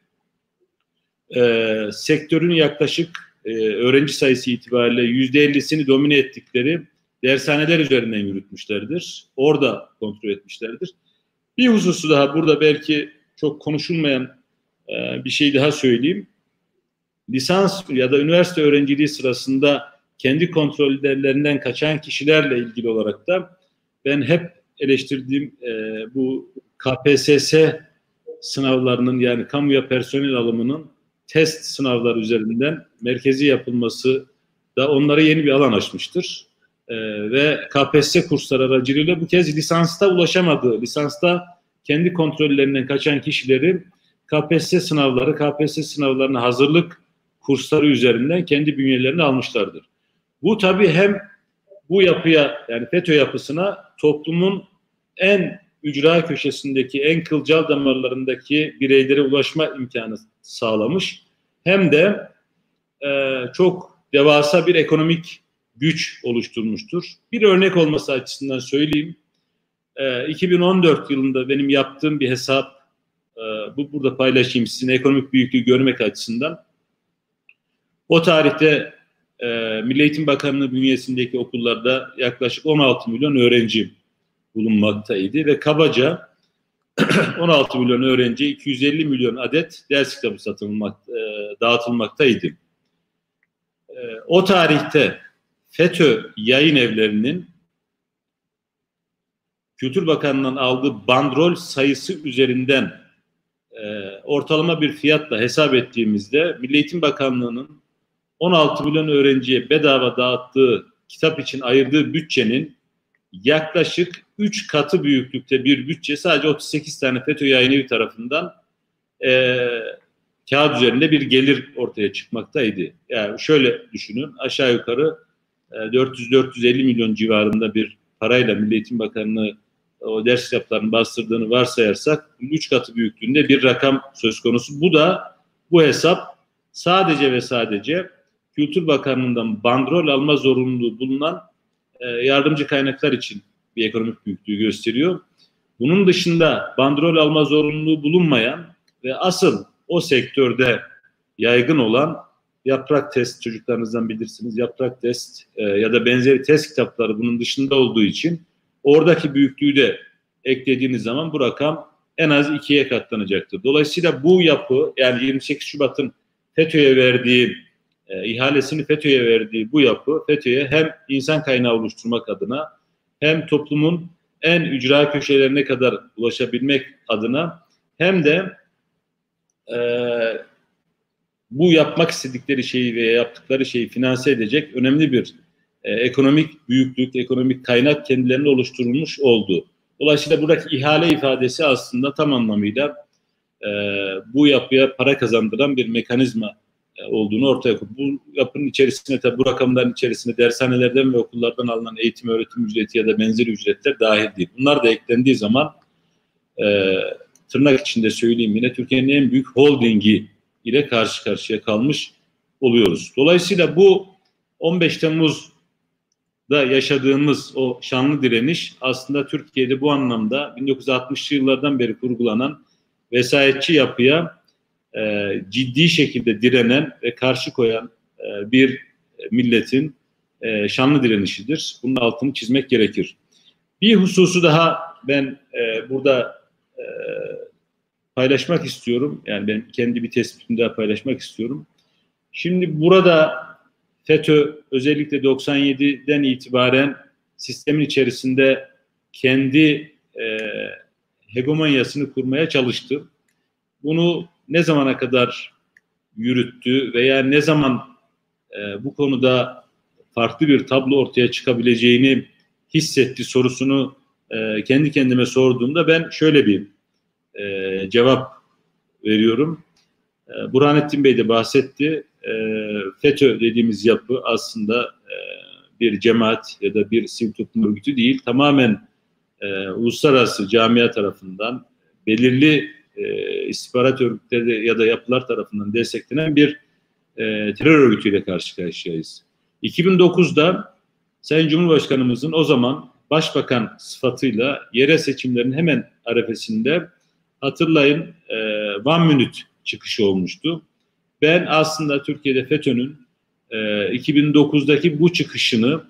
C: e, sektörün yaklaşık e, öğrenci sayısı itibariyle yüzde ellisini domine ettikleri dershaneler üzerinden yürütmüşlerdir. Orada kontrol etmişlerdir. Bir hususu daha burada belki çok konuşulmayan e, bir şey daha söyleyeyim. Lisans ya da üniversite öğrenciliği sırasında kendi kontrollerinden kaçan kişilerle ilgili olarak da ben hep eleştirdiğim e, bu K P S S sınavlarının, yani kamuya personel alımının test sınavları üzerinden merkezi yapılması da onlara yeni bir alan açmıştır. E, ve K P S S kursları aracılığıyla bu kez lisansta ulaşamadığı, lisansta kendi kontrollerinden kaçan kişileri K P S S sınavları, K P S S sınavlarına hazırlık kursları üzerinden kendi bünyelerine almışlardır. Bu tabii hem bu yapıya, yani FETÖ yapısına toplumun en ücra köşesindeki, en kılcal damarlarındaki bireylere ulaşma imkanı sağlamış. Hem de e, çok devasa bir ekonomik güç oluşturmuştur. Bir örnek olması açısından söyleyeyim. E, iki bin on dört yılında benim yaptığım bir hesap, e, bu burada paylaşayım sizin ekonomik büyüklüğü görmek açısından. O tarihte e, Milli Eğitim Bakanlığı bünyesindeki okullarda yaklaşık on altı milyon öğrenci bulunmaktaydı ve kabaca on altı milyon öğrenci iki yüz elli milyon adet ders kitabı satılmak, e, dağıtılmaktaydı. E, o tarihte FETÖ yayın evlerinin Kültür Bakanlığı'ndan aldığı bandrol sayısı üzerinden e, ortalama bir fiyatla hesap ettiğimizde Milli Eğitim Bakanlığı'nın on altı milyon öğrenciye bedava dağıttığı kitap için ayırdığı bütçenin yaklaşık üç katı büyüklükte bir bütçe sadece otuz sekiz tane FETÖ yayınevi tarafından e, kağıt üzerinde bir gelir ortaya çıkmaktaydı. Yani şöyle düşünün, aşağı yukarı e, dört yüz dört yüz elli milyon civarında bir parayla Milli Eğitim Bakanlığı o ders kitaplarını bastırdığını varsayarsak üç katı büyüklüğünde bir rakam söz konusu. Bu da bu hesap sadece ve sadece Kültür Bakanlığı'ndan bandrol alma zorunluluğu bulunan e, yardımcı kaynaklar için bir ekonomik büyüklüğü gösteriyor. Bunun dışında bandrol alma zorunluluğu bulunmayan ve asıl o sektörde yaygın olan yaprak test, çocuklarınızdan bilirsiniz, yaprak test e, ya da benzeri test kitapları bunun dışında olduğu için oradaki büyüklüğü de eklediğiniz zaman bu rakam en az ikiye katlanacaktır. Dolayısıyla bu yapı, yani yirmi sekiz Şubat'ın FETÖ'ye verdiği, e, ihalesini FETÖ'ye verdiği bu yapı, FETÖ'ye hem insan kaynağı oluşturmak adına hem toplumun en ücra köşelerine kadar ulaşabilmek adına hem de e, bu yapmak istedikleri şeyi veya yaptıkları şeyi finanse edecek önemli bir e, ekonomik büyüklük, ekonomik kaynak kendilerine oluşturulmuş oldu. Dolayısıyla buradaki ihale ifadesi aslında tam anlamıyla e, bu yapıya para kazandıran bir mekanizma e, olduğunu ortaya koydu. Bu yapının içerisine, tabi bu rakamların içerisine dershanelerden ve okullardan alınan eğitim öğretim ücreti ya da benzeri ücretler dahil değil. Bunlar da eklendiği zaman e, tırnak içinde söyleyeyim yine Türkiye'nin en büyük holdingi ile karşı karşıya kalmış oluyoruz. Dolayısıyla bu on beş Temmuz'da yaşadığımız o şanlı direniş aslında Türkiye'de bu anlamda bin dokuz yüz altmışlı yıllardan beri kurgulanan vesayetçi yapıya e, ciddi şekilde direnen ve karşı koyan e, bir milletin e, şanlı direnişidir. Bunun altını çizmek gerekir. Bir hususu daha ben e, burada e, paylaşmak istiyorum. Yani ben kendi bir tespitimi daha paylaşmak istiyorum. Şimdi burada FETÖ özellikle doksan yediden itibaren sistemin içerisinde kendi e, hegemonyasını kurmaya çalıştı. Bunu ne zamana kadar yürüttü veya ne zaman e, bu konuda farklı bir tablo ortaya çıkabileceğini hissetti sorusunu e, kendi kendime sorduğumda ben şöyle bir e, cevap veriyorum. E, Burhanettin Bey de bahsetti. E, FETÖ dediğimiz yapı aslında e, bir cemaat ya da bir sivil toplum örgütü değil. Tamamen e, uluslararası camia tarafından belirli e, istihbarat örgütleri ya da yapılar tarafından desteklenen bir e, terör örgütüyle karşı karşıyayız. iki bin dokuzda Sayın Cumhurbaşkanımızın o zaman başbakan sıfatıyla yerel seçimlerin hemen arefesinde hatırlayın e, One Minute çıkışı olmuştu. Ben aslında Türkiye'de FETÖ'nün e, iki bin dokuzdaki bu çıkışını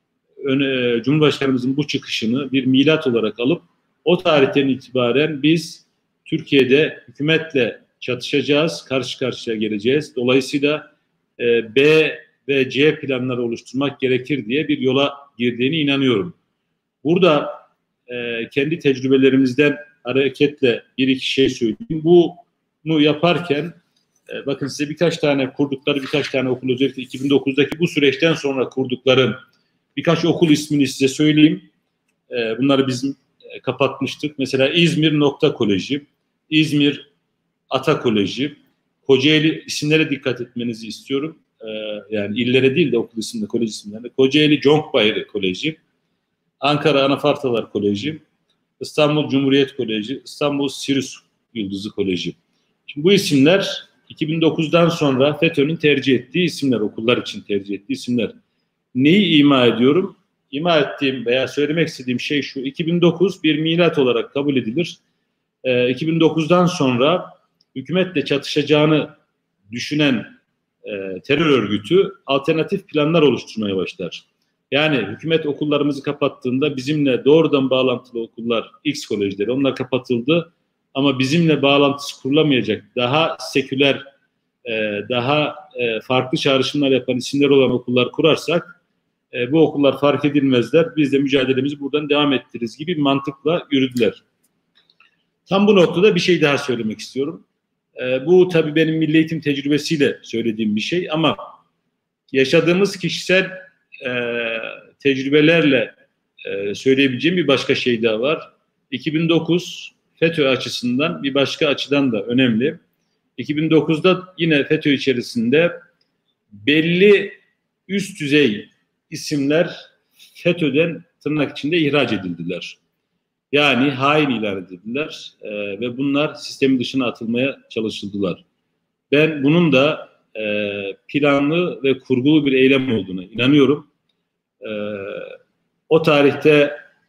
C: öne, Cumhurbaşkanımızın bu çıkışını bir milat olarak alıp o tarihten itibaren biz Türkiye'de hükümetle çatışacağız, karşı karşıya geleceğiz. Dolayısıyla e, B ve C planları oluşturmak gerekir diye bir yola girdiğine inanıyorum. Burada e, kendi tecrübelerimizden hareketle bir iki şey söyleyeyim. Bunu yaparken e, bakın size birkaç tane kurdukları birkaç tane okul özellikle iki bin dokuzdaki bu süreçten sonra kurdukları birkaç okul ismini size söyleyeyim. E, bunları biz e, kapatmıştık. Mesela İzmir Nokta Koleji, İzmir Ata Koleji, Kocaeli isimlere dikkat etmenizi istiyorum. Yani illere değil de okul isimleri, kolej isimlerinde. Kocaeli Conkbayır Koleji, Ankara Anafartalar Koleji, İstanbul Cumhuriyet Koleji, İstanbul Sirius Yıldızı Koleji. Şimdi bu isimler iki bin dokuzdan sonra FETÖ'nün tercih ettiği isimler, okullar için tercih ettiği isimler. Neyi ima ediyorum? İma ettiğim veya söylemek istediğim şey şu: iki bin dokuz bir milat olarak kabul edilir. Ee, iki bin dokuzdan sonra hükümetle çatışacağını düşünen e, terör örgütü alternatif planlar oluşturmaya başlar. Yani hükümet okullarımızı kapattığında bizimle doğrudan bağlantılı okullar, X kolejleri, onlar kapatıldı. Ama bizimle bağlantısı kurulamayacak, daha seküler, e, daha e, farklı çağrışımlar yapan isimler olan okullar kurarsak e, bu okullar fark edilmezler. Biz de mücadelemizi buradan devam ettiririz gibi bir mantıkla yürüdüler. Tam bu noktada bir şey daha söylemek istiyorum. E, bu tabii benim milli eğitim tecrübesiyle söylediğim bir şey ama yaşadığımız kişisel e, tecrübelerle e, söyleyebileceğim bir başka şey daha var. iki bin dokuz FETÖ açısından bir başka açıdan da önemli. iki bin dokuzda yine FETÖ içerisinde belli üst düzey isimler FETÖ'den tırnak içinde ihraç edildiler. Yani hain ilan edildiler e, ve bunlar sistemin dışına atılmaya çalışıldılar. Ben bunun da e, planlı ve kurgulu bir eylem olduğuna inanıyorum. E, o tarihte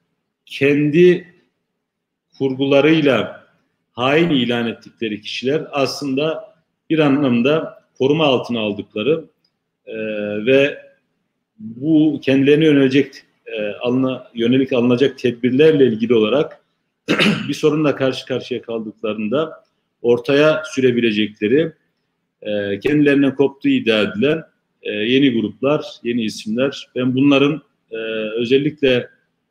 C: kendi kurgularıyla hain ilan ettikleri kişiler aslında bir anlamda koruma altına aldıkları e, ve bu kendilerine yönelecek e, alına, yönelik alınacak tedbirlerle ilgili olarak bir sorunla karşı karşıya kaldıklarında ortaya sürebilecekleri e, kendilerinden koptuğu iddia edilen e, yeni gruplar, yeni isimler. Ben bunların e, özellikle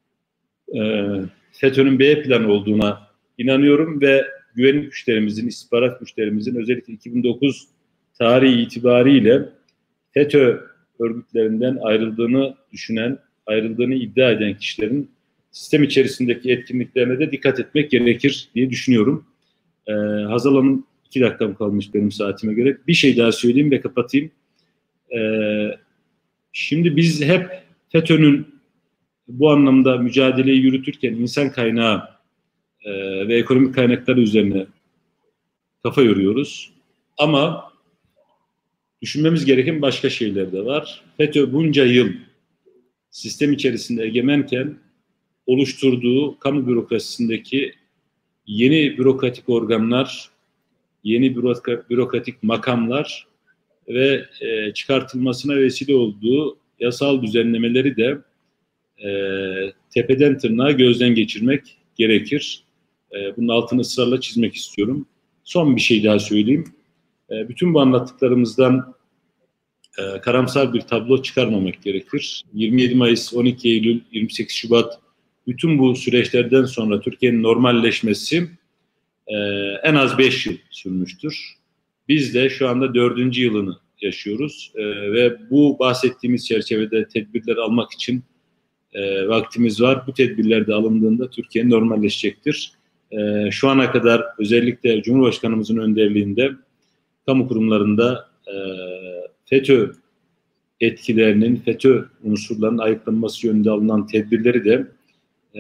C: e, FETÖ'nün B planı olduğuna inanıyorum ve güvenlik güçlerimizin, istihbarat güçlerimizin özellikle iki bin dokuz tarihi itibariyle FETÖ örgütlerinden ayrıldığını düşünen, ayrıldığını iddia eden kişilerin sistem içerisindeki etkinliklerine de dikkat etmek gerekir diye düşünüyorum. Ee, Hazal Hanım, iki dakikam kalmış benim saatime göre. Bir şey daha söyleyeyim ve kapatayım. Ee, şimdi biz hep FETÖ'nün bu anlamda mücadeleyi yürütürken insan kaynağı e, ve ekonomik kaynakları üzerine kafa yoruyoruz. Ama düşünmemiz gereken başka şeyler de var. FETÖ bunca yıl sistem içerisinde egemenken oluşturduğu kamu bürokrasisindeki yeni bürokratik organlar, yeni bürokratik makamlar ve e, çıkartılmasına vesile olduğu yasal düzenlemeleri de e, tepeden tırnağa gözden geçirmek gerekir. E, bunun altını ısrarla çizmek istiyorum. Son bir şey daha söyleyeyim. E, bütün bu anlattıklarımızdan e, karamsar bir tablo çıkarmamak gerekir. yirmi yedi Mayıs, on iki Eylül, yirmi sekiz Şubat bütün bu süreçlerden sonra Türkiye'nin normalleşmesi e, en az beş yıl sürmüştür. Biz de şu anda dördüncü yılını yaşıyoruz e, ve bu bahsettiğimiz çerçevede tedbirler almak için e, vaktimiz var. Bu tedbirler de alındığında Türkiye normalleşecektir. E, şu ana kadar özellikle Cumhurbaşkanımızın önderliğinde kamu kurumlarında e, FETÖ etkilerinin, FETÖ unsurlarının ayıklanması yönünde alınan tedbirleri de e,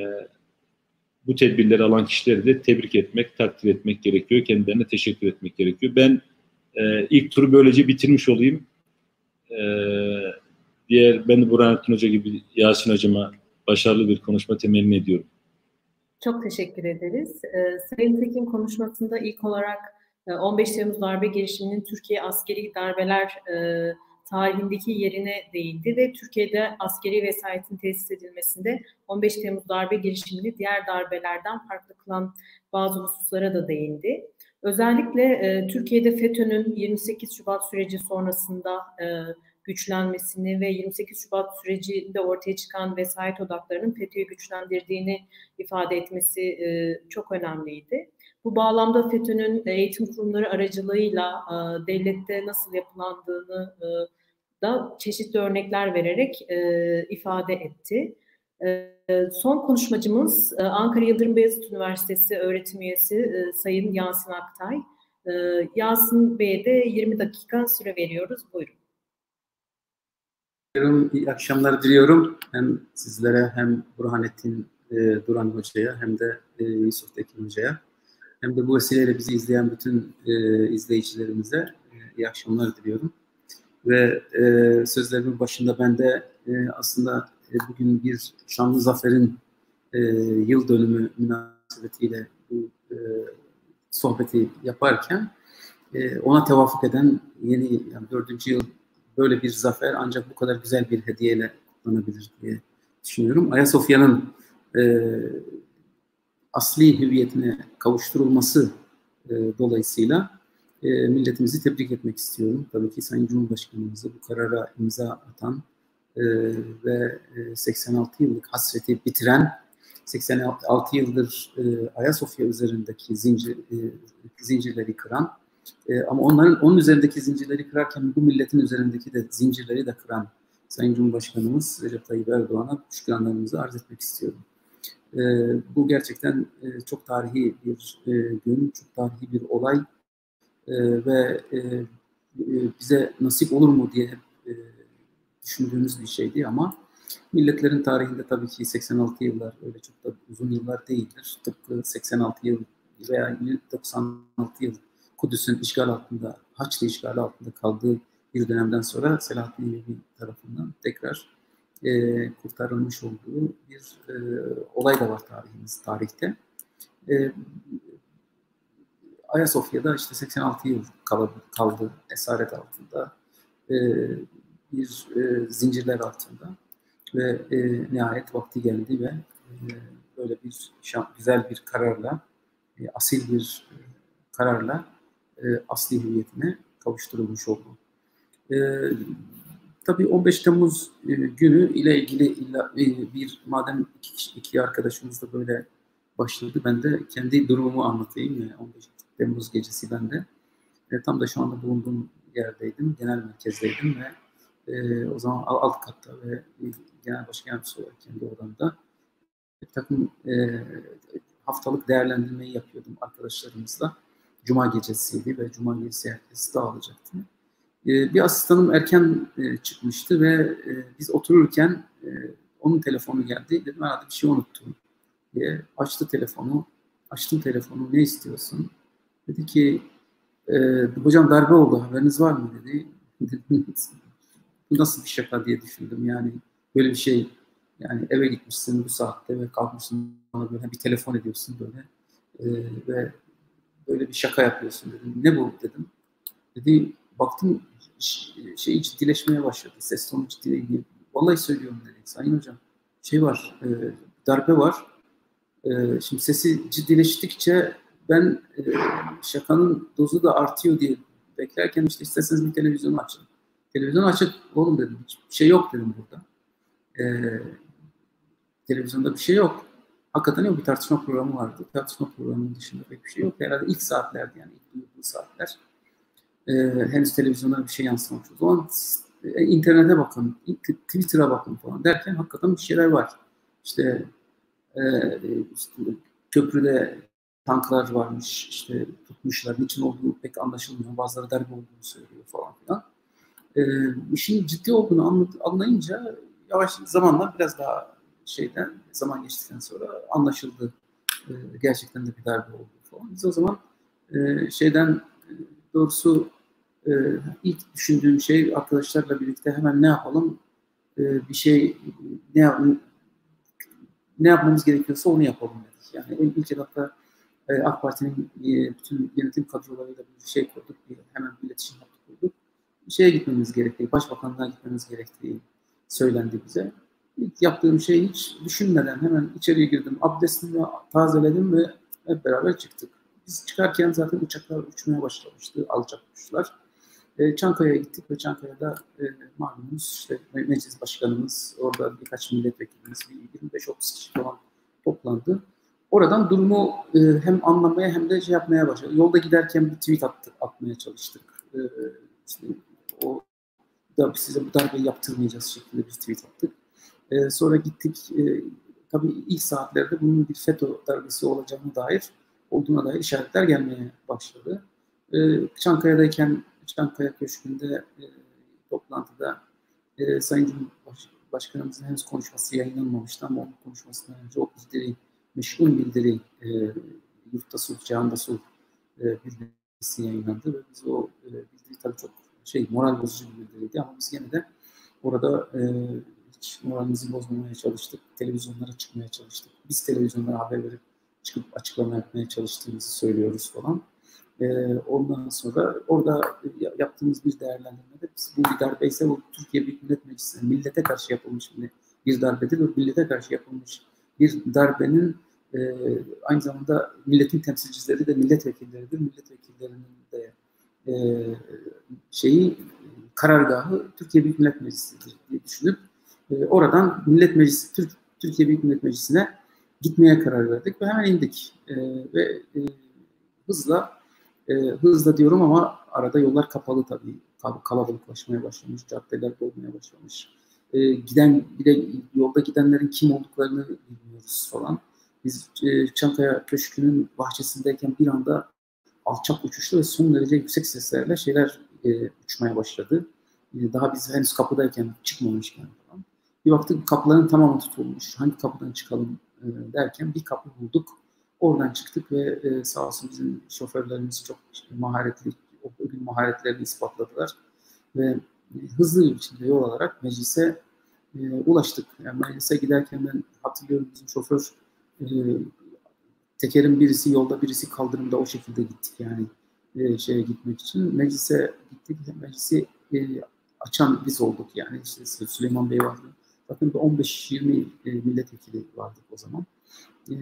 C: bu tedbirleri alan kişileri de tebrik etmek, takdir etmek gerekiyor. Kendilerine teşekkür etmek gerekiyor. Ben e, ilk turu böylece bitirmiş olayım. E, diğer, ben de Burhanettin Hoca gibi Yasin Hocama başarılı bir konuşma temenni ediyorum.
A: Çok teşekkür ederiz. Ee, Sayın Tekin konuşmasında ilk olarak on beş Temmuz darbe girişiminin Türkiye askeri darbeler e, tarihindeki yerine değindi ve Türkiye'de askeri vesayetin tesis edilmesinde on beş Temmuz darbe girişimini diğer darbelerden farklı kılan bazı hususlara da değindi. Özellikle e, Türkiye'de FETÖ'nün yirmi sekiz Şubat süreci sonrasında e, güçlenmesini ve yirmi sekiz Şubat sürecinde ortaya çıkan vesayet odaklarının FETÖ'yü güçlendirdiğini ifade etmesi e, çok önemliydi. Bu bağlamda FETÖ'nün eğitim kurumları aracılığıyla e, devlette nasıl yapılandığını e, da çeşitli örnekler vererek e, ifade etti. E, son konuşmacımız e, Ankara Yıldırım Beyazıt Üniversitesi öğretim üyesi e, Sayın Yasin Aktay. E, Yasin Bey'e de yirmi dakika süre veriyoruz. Buyurun.
D: İyi akşamlar diliyorum. Hem sizlere hem Burhanettin e, Duran Hoca'ya hem de e, Yusuf Tekin Hoca'ya hem de bu vesileyle bizi izleyen bütün e, izleyicilerimize e, iyi akşamlar diliyorum. Ve e, sözlerimin başında ben de e, aslında e, bugün bir şanlı zaferin e, yıl dönümü münasebetiyle bu e, sohbeti yaparken e, ona tevafuk eden yeni yani dördüncü yıl böyle bir zafer ancak bu kadar güzel bir hediyeyle kutlanabilir diye düşünüyorum. Ayasofya'nın e, asli hüviyetine kavuşturulması e, dolayısıyla e, milletimizi tebrik etmek istiyorum. Tabii ki Sayın Cumhurbaşkanımızı bu karara imza atan e, ve e, seksen altı yıllık hasreti bitiren, seksen altı yıldır e, Ayasofya üzerindeki zincir, e, zincirleri kıran, e, ama onların onun üzerindeki zincirleri kırarken bu milletin üzerindeki de zincirleri de kıran Sayın Cumhurbaşkanımız Recep Tayyip Erdoğan'a şükranlarımızı arz etmek istiyorum. E, bu gerçekten e, çok tarihi bir e, gün, çok tarihi bir olay e, ve e, e, bize nasip olur mu diye e, düşündüğümüz bir şeydi ama milletlerin tarihinde tabii ki seksen altı yıllar öyle çok da uzun yıllar değildir. Tıpkı seksen altı yıl veya doksan altı yıl Kudüs'ün işgal altında, Haçlı işgali altında kaldığı bir dönemden sonra Selahattin Eyyubi tarafından tekrar e, kurtarılmış olduğu bir e, olay da var tarihimiz, tarihte. E, Ayasofya'da işte seksen altı yıl kaldı, kaldı esaret altında, e, bir e, zincirler altında ve e, nihayet vakti geldi ve e, böyle bir şan, güzel bir kararla, e, asil bir e, kararla e, asli hüviyetine kavuşturulmuş oldu. E, tabii on beş Temmuz e, günü ile ilgili illa, e, bir madem iki, iki arkadaşımız da böyle başladı, ben de kendi durumumu anlatayım. Yani on beş Temmuz gecesi ben de e, tam da şu anda bulunduğum yerdeydim, genel merkezdeydim ve e, o zaman alt katta ve e, genel başkan yardımcısı olarak kendi odamda bir takım e, haftalık değerlendirmeyi yapıyordum arkadaşlarımızla. Cuma gecesiydi ve Cuma gecesi herkes dağılacaktı. E, bir asistanım erken e, çıkmıştı ve e, biz otururken e, onun telefonu geldi. Dedim herhalde bir şey unuttum diye. Açtı telefonu. Açtım telefonu. Ne istiyorsun? Dedi ki E, hocam darbe oldu, haberiniz var mı dedi. Bu nasıl bir şaka diye düşündüm. Yani böyle bir şey, yani eve gitmişsin bu saatte ve kalkmışsın bana böyle bir telefon ediyorsun böyle e, ve böyle bir şaka yapıyorsun dedim. Ne bu dedim. Dedi baktım şey ciddileşmeye başladı. Ses tonu ciddileşmeye. Vallahi söylüyorum dedi. Sayın hocam şey var, e, darbe var. E, şimdi sesi ciddileştikçe ben e, şakanın dozu da artıyor diye beklerken işte isterseniz bir televizyonu açın. Televizyon açık oğlum dedim. Hiçbir şey yok dedim burada. Ee, televizyonda bir şey yok. Hakikaten yok, bir tartışma programı vardı. Tartışma programının dışında pek bir şey yok. Herhalde ilk saatlerdi yani ilk duyduğu saatler. Ee, henüz televizyonlara bir şey yansımamış. O zaman e, internete bakın, Twitter'a bakın falan derken hakikaten bir şeyler var. İşte, e, işte köprüde tanklar varmış, işte tutmuşlar, niçin olduğu pek anlaşılmıyor. Bazıları darbe olduğunu söylüyor falan filan. E, işin ciddi olduğunu anlayınca yavaş zamanla biraz daha şeyden zaman geçtikten sonra anlaşıldı. E, gerçekten de bir darbe oldu falan. Biz o zaman e, şeyden doğrusu e, ilk düşündüğüm şey arkadaşlarla birlikte hemen ne yapalım? E, bir şey ne yapalım? Ne yapmamız gerekiyorsa onu yapalım dedik. Yani ilk etapta e, AK Parti'nin e, bütün yönetim kadrolarıyla bir şey kurduk. Bir, hemen bir iletişim hattı kurduk. Şeye gitmemiz gerektiği, başbakanlığa gitmemiz gerektiği söylendi bize. İlk yaptığım şeyi hiç düşünmeden hemen içeriye girdim. Abdestimi tazeledim ve hep beraber çıktık. Biz çıkarken zaten uçaklar uçmaya başlamıştı, alçak uçuşlar. E, Çankaya'ya gittik ve Çankaya'da e, malumunuz işte meclis başkanımız, orada birkaç milletvekilimiz, bir yirmi beş otuz kişi falan toplandı. Oradan durumu e, hem anlamaya hem de şey yapmaya başladı. Yolda giderken bir tweet attı, atmaya çalıştık. E, işte, o da size bu darbeyi yaptırmayacağız şeklinde bir tweet attık. E, sonra gittik. E, tabii ilk saatlerde bunun bir FETÖ darbesi olacağına dair, olduğuna dair işaretler gelmeye başladı. E, Çankaya'dayken Çankaya Köşkü'nde e, toplantıda e, Sayın Cumhurbaşkanımızın henüz konuşması yayınlanmamıştı ama onun konuşmasından önce o bildiri, meşgul bildiri e, yurtta sulh, cihanda sulh e, bildirisi yayınlandı ve biz o e, bildiri tabii çok şey moral bozucu bir bildiriydi ama biz yine de orada e, hiç moralimizi bozmamaya çalıştık. Televizyonlara çıkmaya çalıştık. Biz televizyonlara haber verip çıkıp açıklama yapmaya çalıştığımızı söylüyoruz falan. Ee, ondan sonra orada yaptığımız bir değerlendirmede bu bir darbe ise bu Türkiye Büyük Millet Meclisi'ne millete karşı yapılmış bir darbedir ve millete karşı yapılmış bir darbenin e, aynı zamanda milletin temsilcileri de milletvekilleridir. Milletvekillerinin de e, şeyi karargahı Türkiye Büyük Millet Meclisi'dir diye düşünüp e, oradan Millet Meclisi Türk, Türkiye Büyük Millet Meclisi'ne gitmeye karar verdik ve hemen indik e, ve e, hızla E, hızla diyorum ama arada yollar kapalı tabii. Kalabalıklaşmaya başlamış, caddeler dolmaya başlamış. E, giden, bir de yolda gidenlerin kim olduklarını bilmiyoruz falan. Biz e, Çankaya Köşkü'nün bahçesindeyken bir anda alçak uçuşlu ve son derece yüksek seslerle şeyler e, uçmaya başladı. E, daha biz henüz kapıdayken, çıkmamışken falan. Bir baktık kapıların tamamı tutulmuş. Hangi kapıdan çıkalım e, derken bir kapı bulduk. Oradan çıktık ve e, sağ olsun bizim şoförlerimiz çok işte, maharetli, o gün maharetlerini ispatladılar. Ve e, hızlı bir biçimde yol alarak meclise e, ulaştık. Yani meclise giderken ben hatırlıyorum bizim şoför e, tekerin birisi yolda birisi kaldırımda o şekilde gittik yani e, şeye gitmek için. Meclise gittik. Meclisi e, açan biz olduk yani. İşte Süleyman Bey vardı. Zaten on beş yirmi e, milletvekili vardı o zaman. E,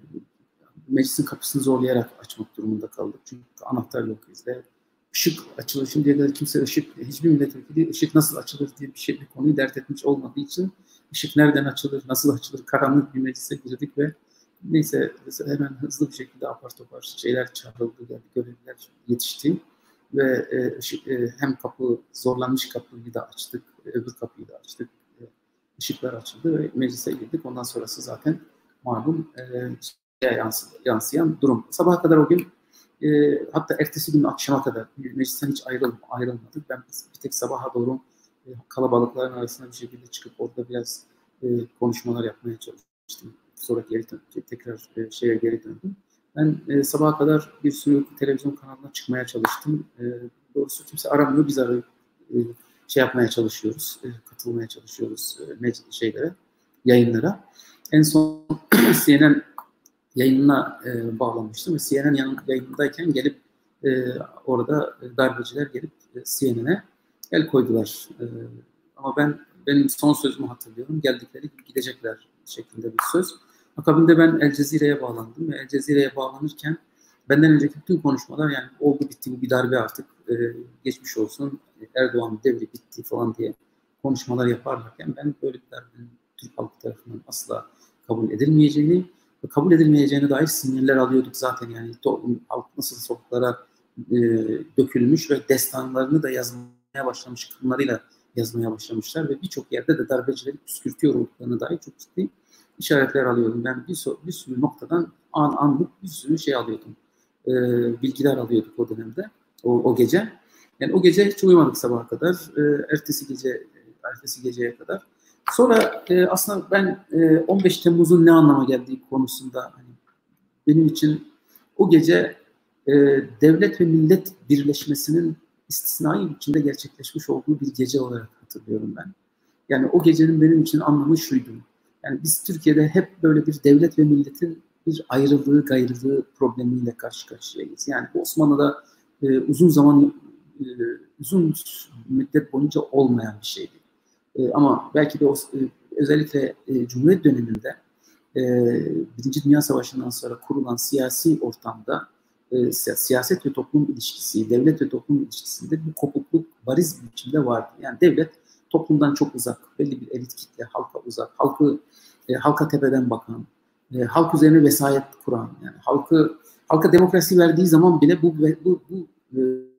D: meclisin kapısını zorlayarak açmak durumunda kaldık. Çünkü anahtar yok bizde. Işık açılır. Şimdiye kadar kimse ışık, hiçbir milletvekili ışık nasıl açılır diye bir şey, bir konuyu dert etmiş olmadığı için ışık nereden açılır, nasıl açılır, karanlık bir meclise girdik ve neyse hemen hızlı bir şekilde apar topar şeyler çağrıldı, yani görevliler yetişti ve e, ışık, e, hem kapı, zorlanmış kapıyı da açtık, öbür kapıyı da açtık. E, ışıklar açıldı ve meclise girdik. Ondan sonrası zaten malum e, yansıdı, yansıyan durum. Sabaha kadar o gün e, hatta ertesi gün akşama kadar meclisten hiç ayrıl, ayrılmadık. Ben bir tek sabaha doğru e, kalabalıkların arasına bir şekilde çıkıp orada biraz e, konuşmalar yapmaya çalıştım. Sonra geri tekrar e, şeye geri döndüm. Ben e, sabaha kadar bir sürü televizyon kanalına çıkmaya çalıştım. E, doğrusu kimse aramıyor, biz arayıp e, şey yapmaya çalışıyoruz, e, katılmaya çalışıyoruz e, şeylere, yayınlara. En son C N N yayınına e, bağlanmıştım ve C N N yayınındayken gelip e, orada e, darbeciler gelip e, C N N'e el koydular. E, ama ben benim son sözümü hatırlıyorum. Geldikleri gibi gidecekler şeklinde bir söz. Akabinde ben El Cezire'ye bağlandım ve El Cezire'ye bağlanırken benden önceki bütün konuşmalar yani oldu bitti bu bir darbe artık e, geçmiş olsun Erdoğan devri bitti falan diye konuşmalar yaparlarken ben böyle bir darbenin Türk halkı tarafından asla kabul edilmeyeceğini ve kabul edilmeyeceğine dair sinyaller alıyorduk zaten yani toplum, halk nasıl sokaklara e, dökülmüş ve destanlarını da yazmaya başlamış kıllarıyla yazmaya başlamışlar ve birçok yerde de darbecileri püskürtüyor olduklarına dair çok ciddi işaretler alıyordum. Ben bir, bir sürü noktadan an anlık bir sürü şey alıyordum. E, bilgiler alıyorduk o dönemde, o, o gece. Yani o gece hiç uyumadık sabaha kadar. E, ertesi gece, ertesi geceye kadar. Sonra e, aslında ben e, on beş Temmuz'un ne anlama geldiği konusunda hani benim için o gece e, devlet ve millet birleşmesinin istisnai biçimde gerçekleşmiş olduğu bir gece olarak hatırlıyorum ben. Yani o gecenin benim için anlamı şuydu. Yani biz Türkiye'de hep böyle bir devlet ve milletin bir ayrılığı, gayrılığı problemiyle karşı karşıyayız. Yani Osmanlı'da e, uzun zaman, e, uzun müddet boyunca olmayan bir şeydi. E, ama belki de o, e, özellikle e, Cumhuriyet döneminde e, Birinci Dünya Savaşı'ndan sonra kurulan siyasi ortamda e, siyaset ve toplum ilişkisi, devlet ve toplum ilişkisinde bu kopukluk bariz bir biçimde vardı. Yani devlet toplumdan çok uzak, belli bir elit kitle, halka uzak, halkı e, halka tepeden bakan, e, halk üzerine vesayet kuran, yani halkı halka demokrasi verdiği zaman bile bu bu, bu e,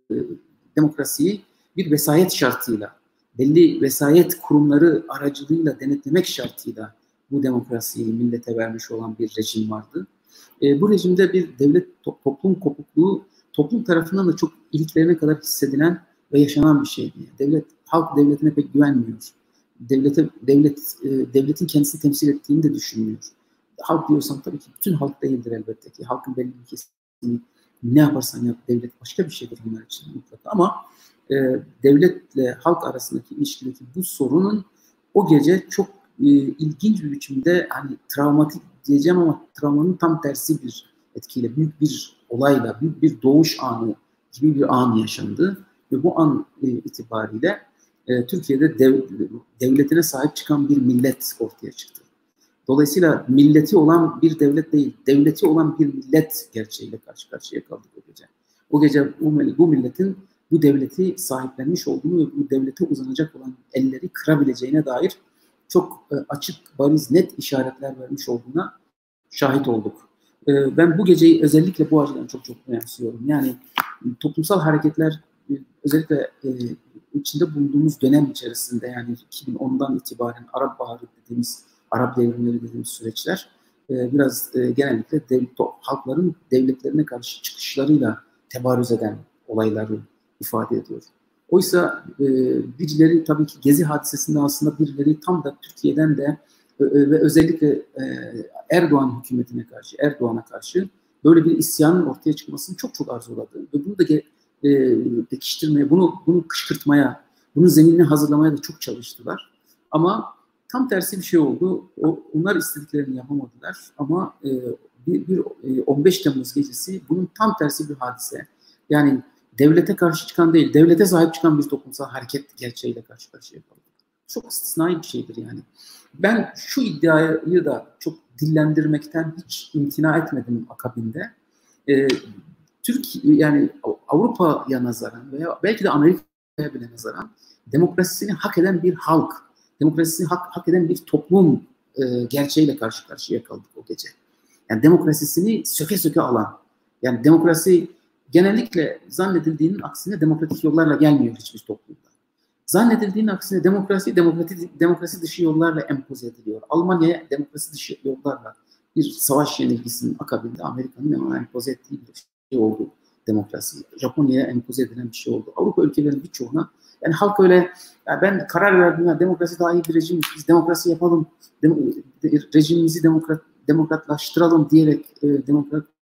D: demokrasiyi bir vesayet şartıyla, belli vesayet kurumları aracılığıyla denetlemek şartıyla bu demokrasiyi millete vermiş olan bir rejim vardı. E, bu rejimde bir devlet to toplum kopukluğu toplum tarafından da çok iliklerine kadar hissedilen ve yaşanan bir şeydi. Devlet halk devletine pek güvenmiyor. Devlete devlet e, devletin kendisini temsil ettiğini de düşünmüyor. Halk diyorsam tabii ki bütün halk değildir elbette ki. Halkın belli bir kesimi ne yaparsan yap devlet başka bir şeydir onlar için mutlaka. Ama e, devletle halk arasındaki ilişkideki bu sorunun o gece çok e, ilginç bir biçimde hani travmatik diyeceğim ama travmanın tam tersi bir etkiyle, büyük bir olayla, büyük bir doğuş anı gibi bir an yaşandı. Ve bu an e, itibariyle e, Türkiye'de dev, devletine sahip çıkan bir millet ortaya çıktı. Dolayısıyla milleti olan bir devlet değil, devleti olan bir millet gerçeğiyle karşı karşıya kaldık o gece. O gece bu, bu milletin bu devleti sahiplenmiş olduğunu ve bu devlete uzanacak olan elleri kırabileceğine dair çok e, açık, bariz, net işaretler vermiş olduğuna şahit olduk. E, ben bu geceyi özellikle bu açıdan çok çok önemsiyorum. Yani toplumsal hareketler özellikle e, içinde bulunduğumuz dönem içerisinde yani iki bin ondan itibaren Arap Baharı dediğimiz, Arap devrimleri dediğimiz süreçler e, biraz e, genellikle dev, to, halkların devletlerine karşı çıkışlarıyla tebarüz eden olayları ifade ediyor. Oysa e, birileri tabii ki Gezi hadisesinde aslında birileri tam da Türkiye'den de e, ve özellikle e, Erdoğan hükümetine karşı, Erdoğan'a karşı böyle bir isyanın ortaya çıkmasını çok çok arzuladı. Ve bunu da e, pekiştirmeye, bunu, bunu kışkırtmaya, bunun zeminini hazırlamaya da çok çalıştılar. Ama tam tersi bir şey oldu. O, onlar istediklerini yapamadılar. Ama e, bir, bir e, on beş Temmuz gecesi bunun tam tersi bir hadise. Yani devlete karşı çıkan değil, devlete sahip çıkan bir toplumsal hareket gerçeğiyle karşı karşıya kaldı. Çok istisnai bir şeydir yani. Ben şu iddiayı da çok dillendirmekten hiç imtina etmedim akabinde. Ee, Türkiye yani Avrupa'ya nazaran veya belki de Amerika'ya bile nazaran demokrasisini hak eden bir halk, demokrasisini hak, hak eden bir toplum e, gerçeğiyle karşı karşıya kaldık o gece. Yani demokrasisini söke söke alan, yani demokrasi genellikle zannedildiğinin aksine demokratik yollarla gelmiyor hiçbir toplumda. Zannedildiğinin aksine demokrasi, demokrasi, demokrasi dışı yollarla empoze ediliyor. Almanya'ya demokrasi dışı yollarla bir savaş yenilgisinin akabinde Amerika'nın empoze ettiği bir şey oldu demokrasi. Japonya'ya empoze edilen bir şey oldu. Avrupa ülkelerinin birçoğuna yani halk öyle yani ben karar verdim ya demokrasi daha iyi bir rejim, biz demokrasi yapalım, dem rejimimizi demokrat, demokratlaştıralım diyerek e, demokrat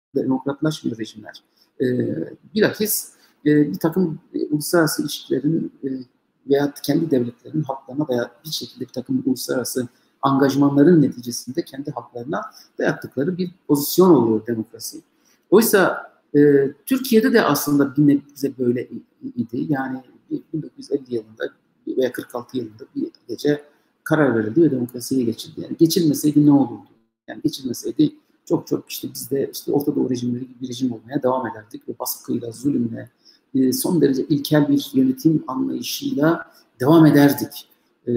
D: demokratlaşmıyor rejimler. E, bilakis e, bir takım e, uluslararası ilişkilerin e, veya kendi devletlerinin halklarına veya bir şekilde bir takım uluslararası angajmanların neticesinde kendi halklarına dayattıkları bir pozisyon oluyor demokrasi. Oysa e, Türkiye'de de aslında bir nebze böyle idi. Yani bin dokuz yüz elli yılında veya kırk altı yılında bir gece karar verildi ve demokrasiye geçildi. Yani geçilmeseydi ne olurdu? Yani geçilmeseydi çok çok işte biz de işte Orta Doğu rejimleri gibi bir rejim olmaya devam ederdik ve baskıyla, zulümle, e, son derece ilkel bir yönetim anlayışıyla devam ederdik. E,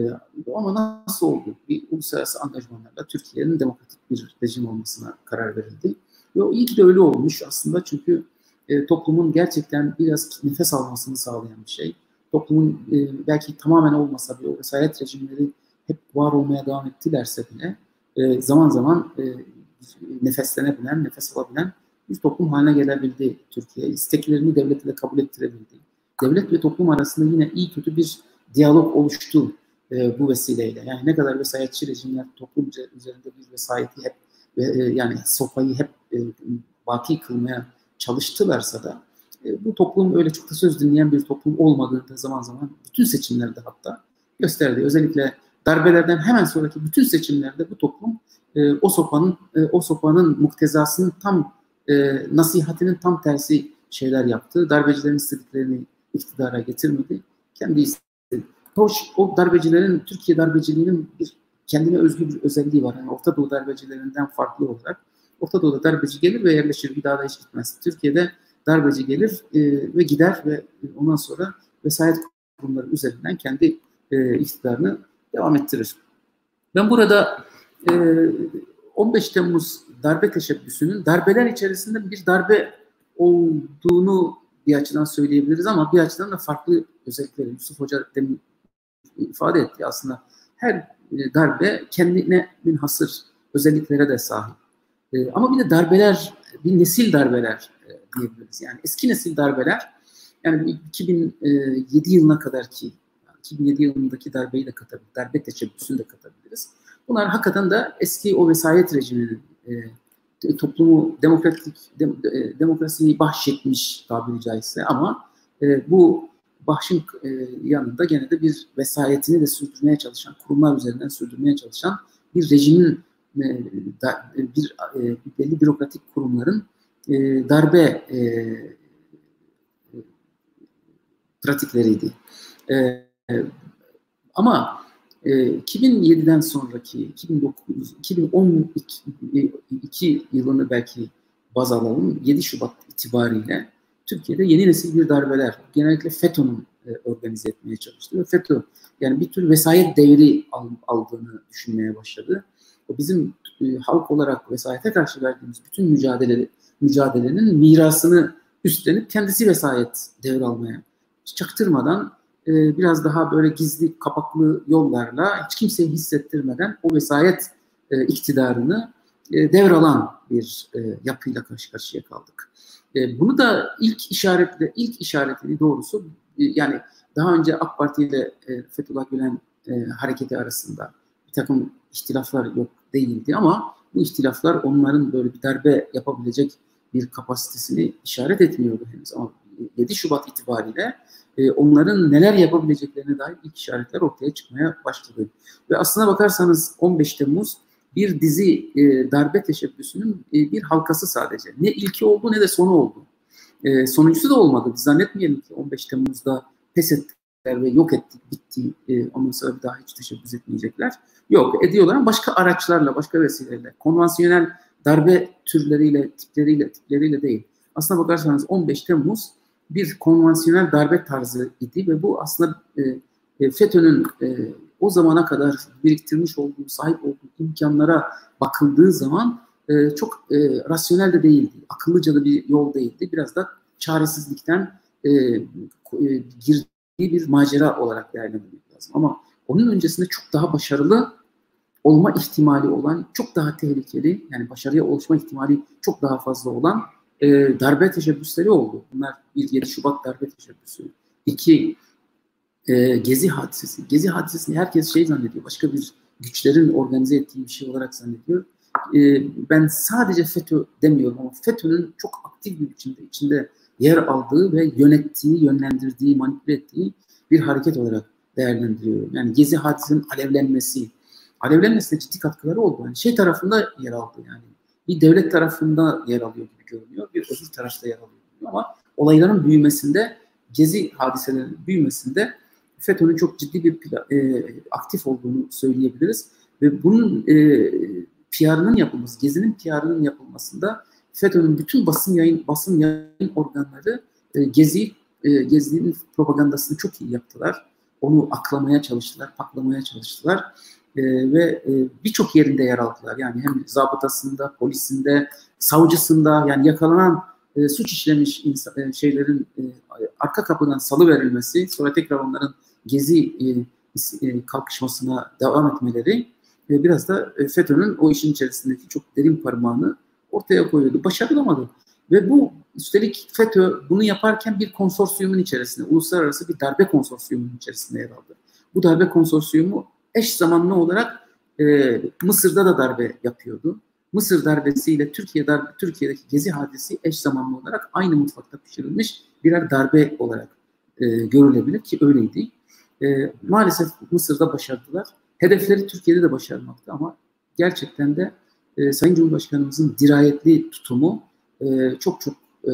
D: ama nasıl oldu? Bir uluslararası angajmanlarla Türkiye'nin demokratik bir rejim olmasına karar verildi. Ve o iyi ki de öyle olmuş aslında çünkü e, toplumun gerçekten biraz nefes almasını sağlayan bir şey. Toplumun e, belki tamamen olmasa bile o vesayet rejimleri hep var olmaya devam ettilerse bile e, zaman zaman e, nefeslenebilen, nefes alabilen bir toplum haline gelebildi Türkiye. İsteklerini devlete de kabul ettirebildi. Devlet ve toplum arasında yine iyi kötü bir diyalog oluştu e, bu vesileyle. Yani ne kadar vesayetçi rejimler toplum üzerinde bir vesayeti hep ve e, yani sopayı hep e, baki kılmaya çalıştılarsa da e, bu toplum öyle çok da söz dinleyen bir toplum olmadığını da zaman zaman bütün seçimlerde hatta gösterdi. Özellikle darbelerden hemen sonraki bütün seçimlerde bu toplum e, o sopanın e, o sopanın muktezasının tam e, nasihatinin tam tersi şeyler yaptı. Darbecilerin istediklerini iktidara getirmedi. Kendi istedi. Hoş o darbecilerin Türkiye darbeciliğinin bir kendine özgü bir özelliği var. Yani Orta Doğu darbecilerinden farklı olarak Orta Doğu'da darbeci gelir ve yerleşir, bir daha da hiç gitmez. Türkiye'de darbeci gelir e, ve gider ve ondan sonra vesayet kurumları üzerinden kendi e, iktidarını devam ettirir. Ben burada e, on beş Temmuz darbe teşebbüsünün darbeler içerisinde bir darbe olduğunu bir açıdan söyleyebiliriz ama bir açıdan da farklı özellikleri. Yusuf Hoca demin ifade etti aslında. Her darbe kendine münhasır özelliklere de sahip. E, ama bir de darbeler, bir nesil darbeler e, diyebiliriz. Yani eski nesil darbeler, yani iki bin yedi yılına kadar ki, iki bin yedi yılındaki darbeyi de katabiliriz, darbe teşebbüsünü de katabiliriz. Bunlar hakikaten de eski o vesayet rejiminin e, toplumu demokratik, de, e, demokrasiyi bahşetmiş tabiri caizse ama e, bu bahşin e, yanında gene de bir vesayetini de sürdürmeye çalışan, kurumlar üzerinden sürdürmeye çalışan bir rejimin, e, da, bir e, belli bürokratik kurumların e, darbe e, e, pratikleriydi. E, ama e, iki bin yediden sonraki iki bin dokuz, iki bin on iki yılını belki baz alalım. yedi Şubat itibariyle Türkiye'de yeni nesil bir darbeler, genellikle FETÖ'nün e, organize etmeye çalıştı ve FETÖ yani bir tür vesayet devri al, aldığını düşünmeye başladı. O bizim e, halk olarak vesayete karşı verdiğimiz bütün mücadele mücadelenin mirasını üstlenip kendisi vesayet devralmaya, çaktırmadan e, biraz daha böyle gizli kapaklı yollarla hiç kimseyi hissettirmeden o vesayet e, iktidarını e, devralan bir e, yapıyla karşı karşıya kaldık. E, bunu da ilk işaretle, ilk işaretini doğrusu e, yani daha önce AK Parti ile e, Fethullah Gülen e, hareketi arasında bir takım ihtilaflar yok değildi ama bu ihtilaflar onların böyle bir darbe yapabilecek bir kapasitesini işaret etmiyordu henüz. Ama yedi Şubat itibariyle e, onların neler yapabileceklerine dair ilk işaretler ortaya çıkmaya başladı. Ve aslına bakarsanız on beş Temmuz bir dizi e, darbe teşebbüsünün e, bir halkası sadece. Ne ilki oldu ne de sonu oldu. E, sonuncusu da olmadı. Biz zannetmeyelim ki on beş Temmuz'da pes ettiler ve yok ettik, bitti. E, ondan sonra bir daha hiç teşebbüs etmeyecekler. Yok, ediyorlar ama başka araçlarla, başka vesilelerle. Konvansiyonel darbe türleriyle, tipleriyle, tipleriyle değil. Aslına bakarsanız on beş Temmuz bir konvansiyonel darbe tarzı idi ve bu aslında e, FETÖ'nün e, o zamana kadar biriktirmiş olduğu, sahip olduğu imkanlara bakıldığı zaman e, çok e, rasyonel de değildi. Akıllıca da bir yol değildi. Biraz da çaresizlikten e, e, girdiği bir macera olarak değerlendirmek lazım. Ama onun öncesinde çok daha başarılı olma ihtimali olan, çok daha tehlikeli, yani başarıya ulaşma ihtimali çok daha fazla olan e, darbe teşebbüsleri oldu. Bunlar bir yedi Şubat darbe teşebbüsü. İki, e, Gezi hadisesi. Gezi hadisesini herkes şey zannediyor, başka bir güçlerin organize ettiği bir şey olarak zannediyor. e, ben sadece FETÖ demiyorum ama FETÖ'nün çok aktif bir biçimde içinde yer aldığı ve yönettiği, yönlendirdiği, manipüle ettiği bir hareket olarak değerlendiriyorum. Yani Gezi hadisinin alevlenmesi, alevlenmesine ciddi katkıları oldu. Yani şey tarafında yer aldı yani. Bir devlet tarafında yer alıyor gibi görünüyor, bir öbür tarafta yer alıyor gibi. Ama olayların büyümesinde, Gezi hadiselerinin büyümesinde FETÖ'nün çok ciddi bir e, aktif olduğunu söyleyebiliriz. Ve bunun e, P R'ının yapılması, Gezi'nin P R'ının yapılmasında FETÖ'nün bütün basın yayın basın yayın organları e, Gezi e, Gezi'nin propagandasını çok iyi yaptılar. Onu aklamaya çalıştılar, paklamaya çalıştılar. E, ve e, birçok yerinde yer aldılar. Yani hem zabıtasında, polisinde, savcısında, yani yakalanan e, suç işlemiş insan, e, şeylerin e, arka kapıdan salıverilmesi, sonra tekrar onların Gezi e, e, kalkışmasına devam etmeleri e, biraz da e, FETÖ'nün o işin içerisindeki çok derin parmağını ortaya koyuyordu. Başarılamadı. Ve bu üstelik FETÖ bunu yaparken bir konsorsiyumun içerisinde, uluslararası bir darbe konsorsiyumunun içerisinde yer aldı. Bu darbe konsorsiyumu eş zamanlı olarak e, Mısır'da da darbe yapıyordu. Mısır darbesiyle Türkiye darbe, Türkiye'deki Gezi hadisi eş zamanlı olarak aynı mutfakta pişirilmiş birer darbe olarak e, görülebilir ki öyleydi. E, maalesef Mısır'da başardılar. Hedefleri Türkiye'de de başarmaktı ama gerçekten de e, Sayın Cumhurbaşkanımızın dirayetli tutumu e, çok çok e,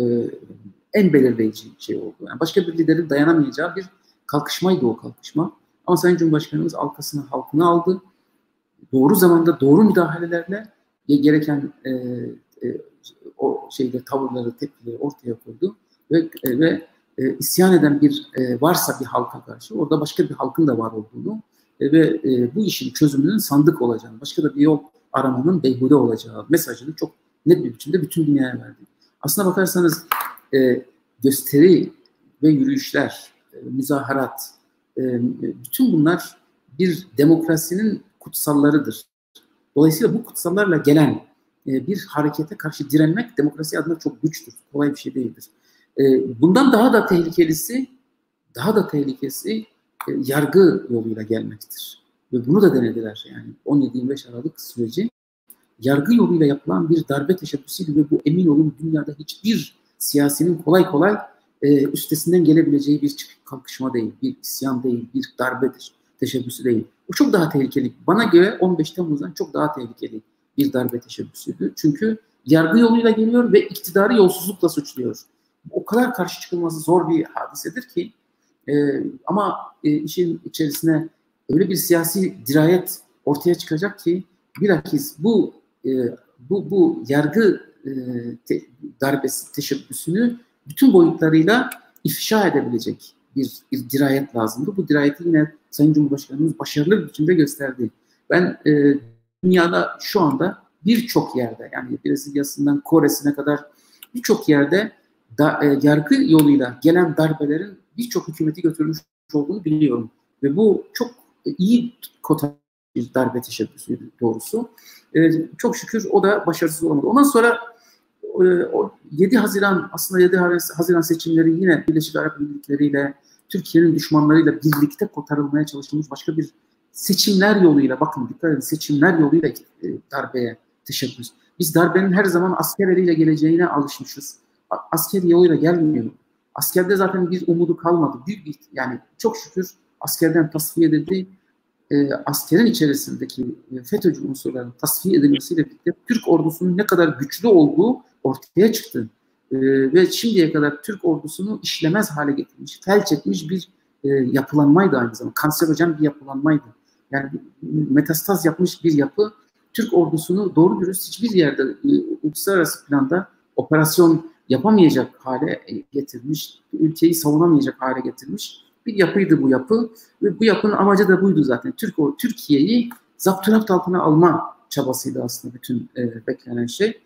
D: en belirleyici şey oldu. Yani başka bir liderin dayanamayacağı bir kalkışmaydı o kalkışma. Ama Sayın Cumhurbaşkanımız arkasına halkını aldı. Doğru zamanda doğru müdahalelerle gereken e, e, o şeyde tavırları, tepkileri ortaya koydu ve e, ve e, isyan eden bir e, varsa bir halka karşı orada başka bir halkın da var olduğunu e, ve e, bu işin çözümünün sandık olacağını, başka da bir yol aramanın beyhude olacağı mesajını çok net bir biçimde bütün dünyaya verdi. Aslına bakarsanız e, gösteri ve yürüyüşler, e, müzaharat, e, bütün bunlar bir demokrasinin kutsallarıdır. Dolayısıyla bu kutsallarla gelen e, bir harekete karşı direnmek demokrasi adına çok güçtür. Kolay bir şey değildir. E, bundan daha da tehlikelisi, daha da tehlikesi e, yargı yoluyla gelmektir. Ve bunu da denediler yani on yedi yirmi beş Aralık süreci yargı yoluyla yapılan bir darbe teşebbüsüydü ve bu emin olun dünyada hiçbir siyasinin kolay kolay e, üstesinden gelebileceği bir kalkışma değil, bir isyan değil, bir darbedir, teşebbüsü değil. Bu çok daha tehlikeli. Bana göre on beş Temmuz'dan çok daha tehlikeli bir darbe teşebbüsüydü. Çünkü yargı yoluyla geliyor ve iktidarı yolsuzlukla suçluyor. O kadar karşı çıkılması zor bir hadisedir ki e, ama e, işin içerisine öyle bir siyasi dirayet ortaya çıkacak ki bilakis bu e, bu bu yargı e, te, darbesi teşebbüsünü bütün boyutlarıyla ifşa edebilecek bir, bir dirayet lazımdı. Bu dirayeti yine Sayın Cumhurbaşkanımız başarılı bir biçimde gösterdi. Ben e, dünyada şu anda birçok yerde yani Brezilya'sından Kore'sine kadar birçok yerde da, e, yargı yoluyla gelen darbelerin birçok hükümeti götürmüş olduğunu biliyorum. Ve bu çok e, iyi kota bir darbe teşebbüsüydü doğrusu. E, çok şükür o da başarısız olamadı. Ondan sonra e, o yedi Haziran aslında yedi Haziran seçimleri yine Birleşik Arap Emirlikleri ile Türkiye'nin düşmanlarıyla birlikte kotarılmaya çalışılmış başka bir seçimler yoluyla, bakın dikkat edin, seçimler yoluyla e, darbeye teşebbüs. Biz darbenin her zaman asker eliyle geleceğine alışmışız. Asker yoluyla gelmiyor. Askerde zaten bir umudu kalmadı. Büyük bir, yani çok şükür askerden tasfiye edildi. E, askerin içerisindeki e, FETÖ'cü unsurların tasfiye edilmesiyle birlikte Türk ordusunun ne kadar güçlü olduğu ortaya çıktı. E, ve şimdiye kadar Türk ordusunu işlemez hale getirmiş, felç etmiş bir e, yapılanmaydı aynı zamanda. Kanserojen bir yapılanmaydı. Yani metastaz yapmış bir yapı Türk ordusunu doğru dürüst hiçbir yerde e, uluslararası planda operasyon yapamayacak hale getirmiş, ülkeyi savunamayacak hale getirmiş bir yapıydı bu yapı. Ve bu yapının amacı da buydu zaten. Türk Türkiye'yi zapturapt altına alma çabasıydı aslında bütün e, beklenen şey.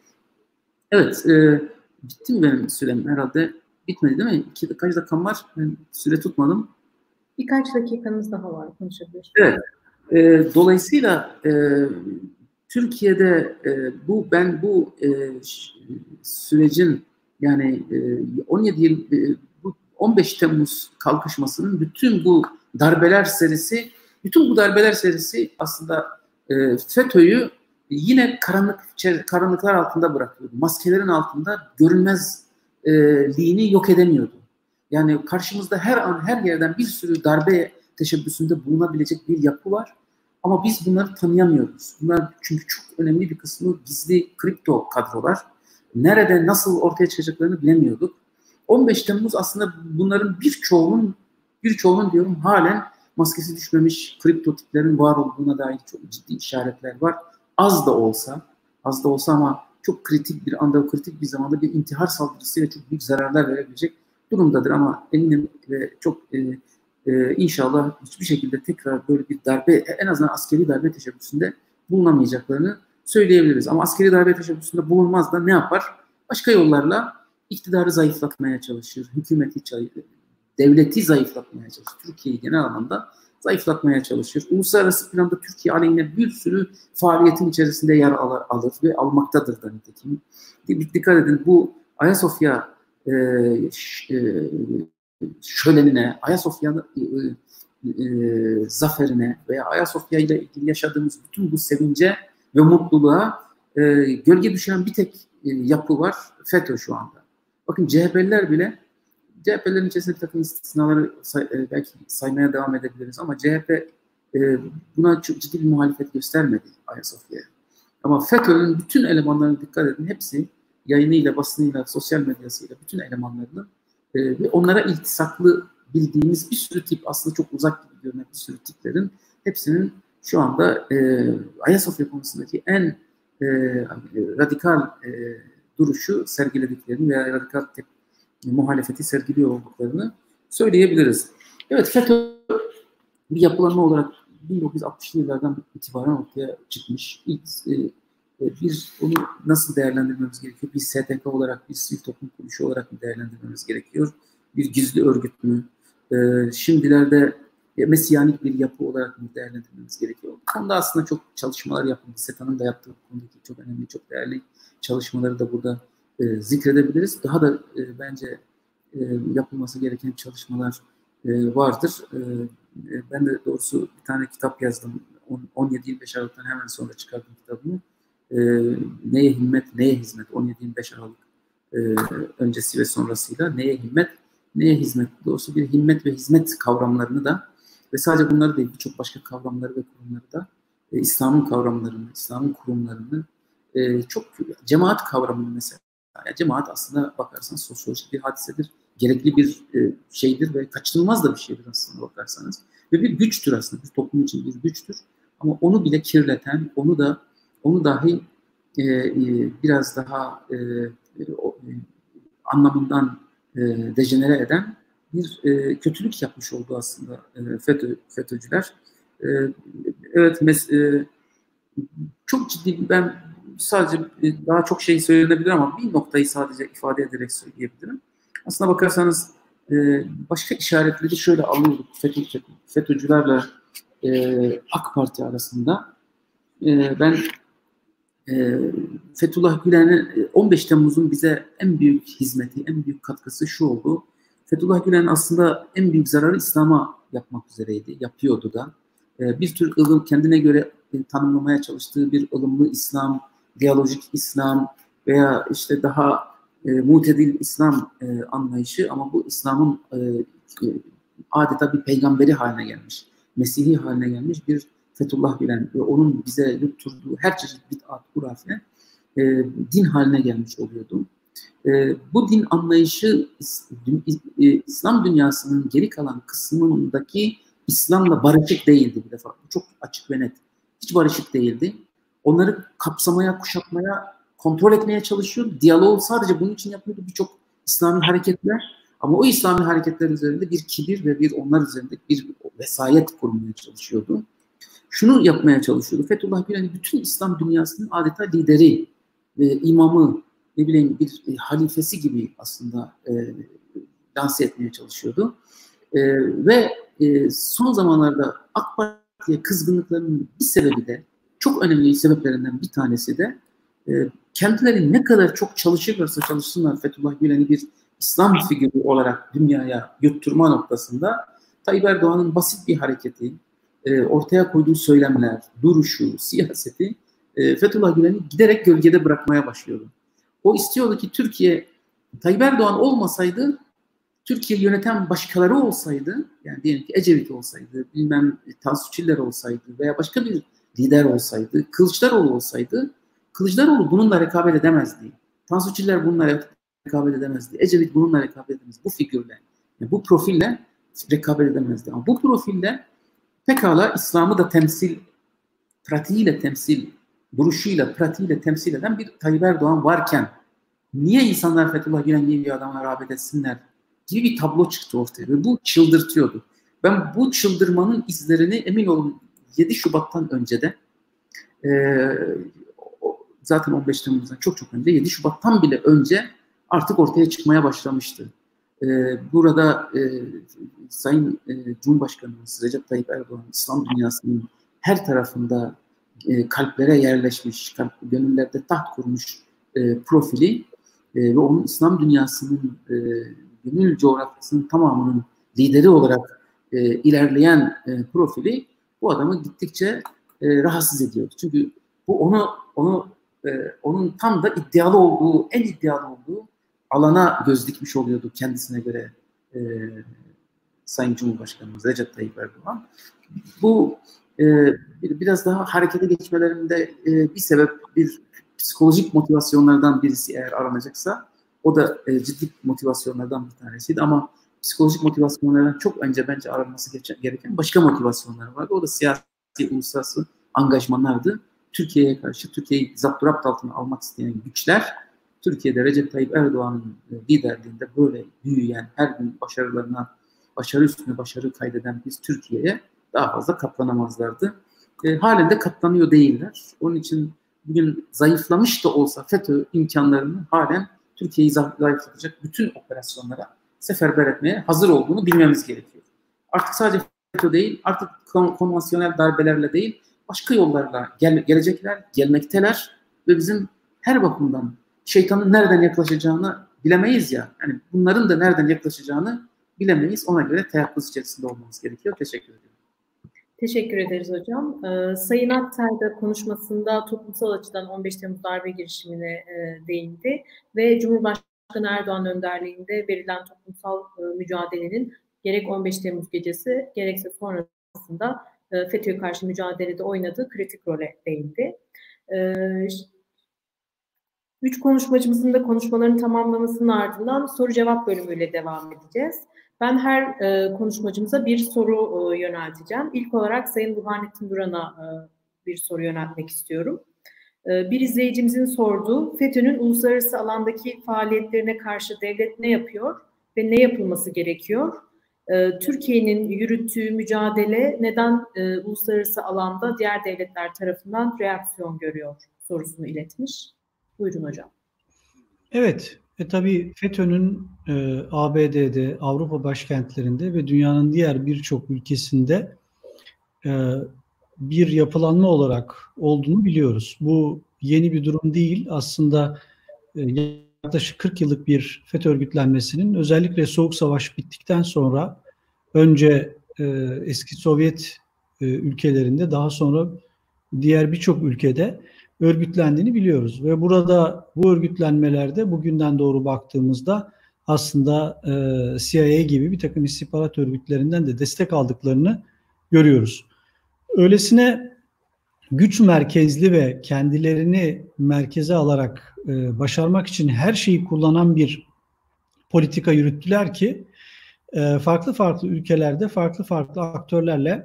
D: Evet, e, bitti mi benim sürem herhalde? Bitmedi değil mi? İki, kaç dakikam var? Ben süre tutmadım.
A: Birkaç dakikanız daha var, konuşabilirsiniz.
D: Evet. E, dolayısıyla e, Türkiye'de e, bu ben bu e, sürecin yani e, on yedi yıl e, bu on beş Temmuz kalkışmasının bütün bu darbeler serisi, bütün bu darbeler serisi aslında e, FETÖ'yü yine karanlık karanlıklar altında bırakıyordu. Maskelerin altında görünmezliğini yok edemiyordu. Yani karşımızda her an her yerden bir sürü darbe teşebbüsünde bulunabilecek bir yapı var. Ama biz bunları tanıyamıyoruz. Bunlar çünkü çok önemli bir kısmı gizli kripto kadrolar. Nerede, nasıl ortaya çıkacaklarını bilemiyorduk. on beş Temmuz aslında bunların birçoğunun, birçoğunun diyorum halen maskesi düşmemiş kripto tiplerin var olduğuna dair çok ciddi işaretler var. Az da olsa, az da olsa ama çok kritik bir anda, kritik bir zamanda bir intihar saldırısıyla çok büyük zararlar verebilecek durumdadır. Ama eminim ve çok e, e, inşallah hiçbir şekilde tekrar böyle bir darbe, en azından askeri darbe teşebbüsünde bulunamayacaklarını söyleyebiliriz. Ama askeri darbe teşebbüsünde bulunmaz da ne yapar? Başka yollarla iktidarı zayıflatmaya çalışır, hükümeti, devleti zayıflatmaya çalışır, Türkiye'yi genel anlamda zayıflatmaya çalışır. Uluslararası planda Türkiye aleyhine bir sürü faaliyetin içerisinde yer alır, alır ve almaktadır da nitekim. Dikkat edin, bu Ayasofya e, ş, e, şölenine, Ayasofya e, e, zaferine veya Ayasofya ile ilgili yaşadığımız bütün bu sevince ve mutluluğa e, gölge düşen bir tek e, yapı var, FETÖ şu anda. Bakın C H P'liler bile, C H P'lerin içerisinde bir takım istisnaları say, e, belki saymaya devam edebiliriz ama C H P e, buna çok ciddi bir muhalefet göstermedi Ayasofya'ya. Ama FETÖ'nün bütün elemanlarına dikkat edin, hepsi yayınıyla, basınıyla, sosyal medyasıyla bütün elemanlarını e, ve onlara iltisaklı bildiğimiz bir sürü tip, aslında çok uzak gibi görünen bir sürü tiplerin hepsinin şu anda e, Ayasofya konusundaki en e, radikal e, duruşu sergilediklerini veya radikal tep muhalefeti sergiliyor olduklarını söyleyebiliriz. Evet, FETÖ bir yapılanma olarak bin dokuz yüz altmışlı yıllardan itibaren ortaya çıkmış. İlk, e, bir onu nasıl değerlendirmemiz gerekiyor? Bir S T K olarak, bir sivil toplum kuruluşu olarak mı değerlendirmemiz gerekiyor? Bir gizli örgüt mü? E, şimdilerde mesiyanik bir yapı olarak mı değerlendirmemiz gerekiyor? Bu konuda aslında çok çalışmalar yapıldı. SETA'nın da yaptığı konudaki çok önemli, çok değerli çalışmaları da burada e, zikredebiliriz. Daha da e, bence e, yapılması gereken çalışmalar e, vardır. E, e, ben de doğrusu bir tane kitap yazdım. on yedi yirmi beş Aralık'tan hemen sonra çıkardım kitabımı. E, neye himmet, neye hizmet? on yedi yirmi beş Aralık e, öncesi ve sonrasıyla neye himmet, neye hizmet? Doğrusu bir himmet ve hizmet kavramlarını da ve sadece bunları değil, birçok başka kavramları ve kurumları da e, İslam'ın kavramlarını, İslam'ın kurumlarını e, çok cemaat kavramını mesela. Yani cemaat aslında bakarsanız sosyolojik bir hadisedir. Gerekli bir e, şeydir ve kaçınılmaz da bir şeydir aslında bakarsanız. Ve bir güçtür aslında. Bir toplum için bir güçtür. Ama onu bile kirleten, onu da onu dahi e, e, biraz daha e, e, o, e, anlamından e, dejenere eden bir e, kötülük yapmış oldu aslında e, FETÖ, FETÖ'cüler. E, evet, mes, e, çok ciddi, ben sadece e, daha çok şey söylenebilir ama bir noktayı sadece ifade ederek söyleyebilirim. Aslına bakarsanız e, başka işaretleri şöyle alıyorduk FETÖ, FETÖ'cülerle e, AK Parti arasında. E, ben e, Fethullah Gülen'in on beş Temmuz'un bize en büyük hizmeti, en büyük katkısı şu oldu. Fethullah Gülen aslında en büyük zararı İslam'a yapmak üzereydi, yapıyordu da. E, bir tür ılım, kendine göre e, tanımlamaya çalıştığı bir ılımlı İslam, diyalojik İslam veya işte daha e, mutedil İslam e, anlayışı, ama bu İslam'ın e, e, adeta bir peygamberi haline gelmiş, Mesih'i haline gelmiş bir Fethullah Gülen ve onun bize yutturduğu her çeşit bid'at, hurafe e, din haline gelmiş oluyordu. E, bu din anlayışı İslam dünyasının geri kalan kısmındaki İslam'la barışık değildi bir defa. Bu çok açık ve net. Hiç barışık değildi. Onları kapsamaya, kuşatmaya, kontrol etmeye çalışıyor. Diyaloğu sadece bunun için yapıyordu birçok İslami hareketler. Ama o İslami hareketler üzerinde bir kibir ve bir onlar üzerinde bir vesayet kurmaya çalışıyordu. Şunu yapmaya çalışıyordu. Fethullah Gülen'i bütün İslam dünyasının adeta lideri, e, imamı, ne bileyim bir e, halifesi gibi aslında e, lanse etmeye çalışıyordu. E, ve e, son zamanlarda AK Parti'ye kızgınlıklarının bir sebebi de, çok önemli sebeplerinden bir tanesi de e, kendileri ne kadar çok çalışırlarsa çalışsınlar Fethullah Gülen'i bir İslam figürü olarak dünyaya yutturma noktasında Tayyip Erdoğan'ın basit bir hareketi, e, ortaya koyduğu söylemler, duruşu, siyaseti e, Fethullah Gülen'i giderek gölgede bırakmaya başlıyordu. O istiyordu ki Türkiye, Tayyip Erdoğan olmasaydı, Türkiye yöneten başkaları olsaydı, yani diyelim ki Ecevit olsaydı, bilmem Tansu Çiller olsaydı veya başka bir lider olsaydı, Kılıçdaroğlu olsaydı, Kılıçdaroğlu bununla rekabet edemezdi. Tansu Çiller bununla rekabet edemezdi. Ecevit bununla rekabet edemezdi. Bu figürle, yani bu profille rekabet edemezdi. Ama bu profille pekala İslam'ı da temsil, pratiğiyle temsil, duruşuyla, pratiğiyle temsil eden bir Tayyip Erdoğan varken niye insanlar Fethullah Gülen gibi bir adama rağbet etsinler gibi bir tablo çıktı ortaya ve bu çıldırtıyordu. Ben bu çıldırmanın izlerini emin olun yedi Şubat'tan önce de e, zaten on beş Temmuz'dan çok çok önce yedi Şubat'tan bile önce artık ortaya çıkmaya başlamıştı. E, burada e, Sayın e, Cumhurbaşkanımız Recep Tayyip Erdoğan İslam dünyasının her tarafında e, kalplere yerleşmiş, kalp, gönüllerde taht kurmuş e, profili e, ve onun İslam dünyasının e, gönül coğrafyasının tamamının lideri olarak e, ilerleyen e, profili bu adamı gittikçe e, rahatsız ediyordu. Çünkü bu onu onu e, onun tam da iddialı olduğu, en iddialı olduğu alana göz dikmiş oluyordu kendisine göre e, Sayın Cumhurbaşkanımız Recep Tayyip Erdoğan. Bu e, biraz daha harekete geçmelerinde e, bir sebep, bir psikolojik motivasyonlardan birisi eğer aranacaksa o da e, ciddi motivasyonlardan bir tanesiydi ama psikolojik motivasyonlardan çok önce bence aranması gereken başka motivasyonlar vardı. O da siyasi, uluslararası angajmanlardı. Türkiye'ye karşı, Türkiye'yi zapturapt altına almak isteyen güçler, Türkiye'de Recep Tayyip Erdoğan'ın liderliğinde böyle büyüyen, her gün başarılarına, başarı üstüne başarı kaydeden biz Türkiye'ye daha fazla katlanamazlardı. E, halen de katlanıyor değiller. Onun için bugün zayıflamış da olsa FETÖ imkanlarını halen Türkiye'yi zayıflatacak bütün operasyonlara seferber etmeye hazır olduğunu bilmemiz gerekiyor. Artık sadece FETÖ değil, artık konvansiyonel darbelerle değil, başka yollarla gel gelecekler, gelmekteler ve bizim her bakımdan şeytanın nereden yaklaşacağını bilemeyiz ya. Yani bunların da nereden yaklaşacağını bilemeyiz. Ona göre teyakkuz içerisinde olmamız gerekiyor. Teşekkür ederim.
A: Teşekkür ederiz hocam. Ee, Sayın Akter de konuşmasında toplumsal açıdan on beş Temmuz darbe girişimine e, değindi ve Cumhurbaşkanı Erdoğan önderliğinde verilen toplumsal e, mücadelenin gerek on beş Temmuz gecesi gerekse sonrasında e, FETÖ'ye karşı mücadelede oynadığı kritik role değindi. E, üç konuşmacımızın da konuşmalarını tamamlamasının ardından soru cevap bölümüyle devam edeceğiz. Ben her e, konuşmacımıza bir soru e, yönelteceğim. İlk olarak Sayın Burhanettin Duran'a e, bir soru yöneltmek istiyorum. E, bir izleyicimizin sorduğu, FETÖ'nün uluslararası alandaki faaliyetlerine karşı devlet ne yapıyor ve ne yapılması gerekiyor? E, Türkiye'nin yürüttüğü mücadele neden e, uluslararası alanda diğer devletler tarafından reaksiyon görüyor sorusunu iletmiş. Buyurun hocam.
B: Evet. E tabii FETÖ'nün e, A B D'de, Avrupa başkentlerinde ve dünyanın diğer birçok ülkesinde e, bir yapılanma olarak olduğunu biliyoruz. Bu yeni bir durum değil. Aslında e, yaklaşık kırk yıllık bir FETÖ örgütlenmesinin özellikle Soğuk Savaş bittikten sonra önce e, eski Sovyet e, ülkelerinde daha sonra diğer birçok ülkede örgütlendiğini biliyoruz ve burada bu örgütlenmelerde bugünden doğru baktığımızda aslında e, C I A gibi bir takım istihbarat örgütlerinden de destek aldıklarını görüyoruz. Öylesine güç merkezli ve kendilerini merkeze alarak e, başarmak için her şeyi kullanan bir politika yürüttüler ki e, farklı farklı ülkelerde farklı farklı aktörlerle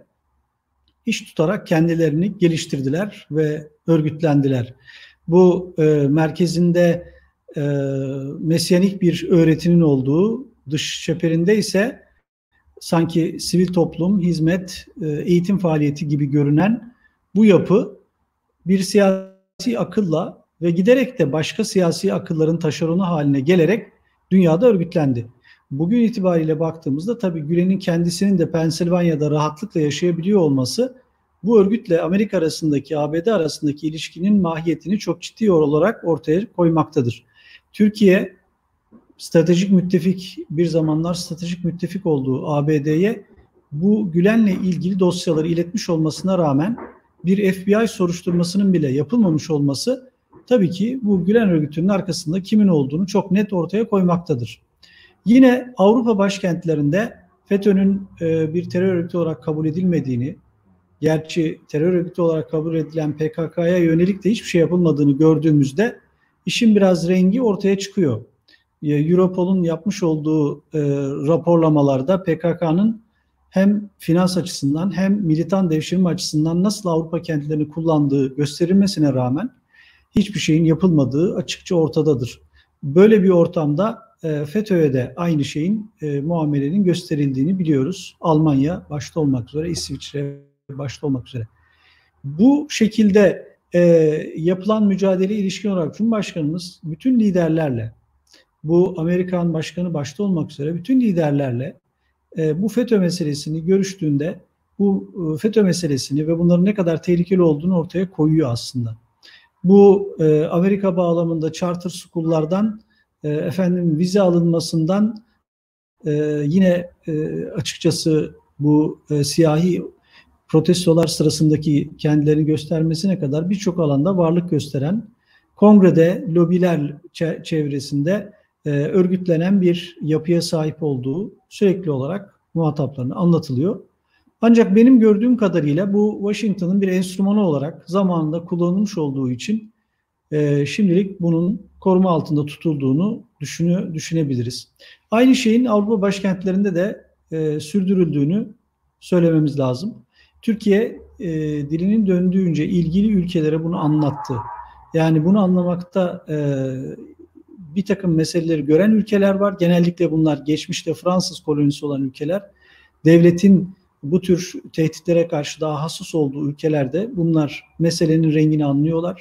B: iş tutarak kendilerini geliştirdiler ve örgütlendiler. Bu e, merkezinde e, mesyanik bir öğretinin olduğu, dış çeperinde ise sanki sivil toplum, hizmet, e, eğitim faaliyeti gibi görünen bu yapı bir siyasi akılla ve giderek de başka siyasi akılların taşeronu haline gelerek dünyada örgütlendi. Bugün itibariyle baktığımızda tabii Gülen'in kendisinin de Pensilvanya'da rahatlıkla yaşayabiliyor olması bu örgütle Amerika arasındaki, A B D arasındaki ilişkinin mahiyetini çok ciddi olarak ortaya koymaktadır. Türkiye stratejik müttefik, bir zamanlar stratejik müttefik olduğu A B D'ye bu Gülen'le ilgili dosyaları iletmiş olmasına rağmen bir F B I soruşturmasının bile yapılmamış olması tabii ki bu Gülen örgütünün arkasında kimin olduğunu çok net ortaya koymaktadır. Yine Avrupa başkentlerinde FETÖ'nün e, bir terör örgütü olarak kabul edilmediğini, gerçi terör örgütü olarak kabul edilen P K K'ya yönelik de hiçbir şey yapılmadığını gördüğümüzde işin biraz rengi ortaya çıkıyor. Europol'un yapmış olduğu e, raporlamalarda P K K'nın hem finans açısından hem militan devşirme açısından nasıl Avrupa kentlerini kullandığı gösterilmesine rağmen hiçbir şeyin yapılmadığı açıkça ortadadır. Böyle bir ortamda e, FETÖ'ye de aynı şeyin e, muamelenin gösterildiğini biliyoruz. Almanya başta olmak üzere, İsviçre başta olmak üzere. Bu şekilde e, yapılan mücadele ilişkin olarak Cumhurbaşkanımız bütün liderlerle, bu Amerikan Başkanı başta olmak üzere bütün liderlerle e, bu FETÖ meselesini görüştüğünde bu e, FETÖ meselesini ve bunların ne kadar tehlikeli olduğunu ortaya koyuyor aslında. Bu e, Amerika bağlamında charter school'lardan e, efendim vize alınmasından e, yine e, açıkçası bu e, siyahi protestolar sırasındaki kendilerini göstermesine kadar birçok alanda varlık gösteren, kongrede lobiler çevresinde e, örgütlenen bir yapıya sahip olduğu sürekli olarak muhataplarına anlatılıyor. Ancak benim gördüğüm kadarıyla bu Washington'ın bir enstrümanı olarak zamanında kullanılmış olduğu için e, şimdilik bunun koruma altında tutulduğunu düşünü, düşünebiliriz. Aynı şeyin Avrupa başkentlerinde de e, sürdürüldüğünü söylememiz lazım. Türkiye e, dilinin döndüğünce ilgili ülkelere bunu anlattı. Yani bunu anlamakta e, bir takım meseleleri gören ülkeler var. Genellikle bunlar geçmişte Fransız kolonisi olan ülkeler. Devletin bu tür tehditlere karşı daha hassas olduğu ülkelerde bunlar meselenin rengini anlıyorlar.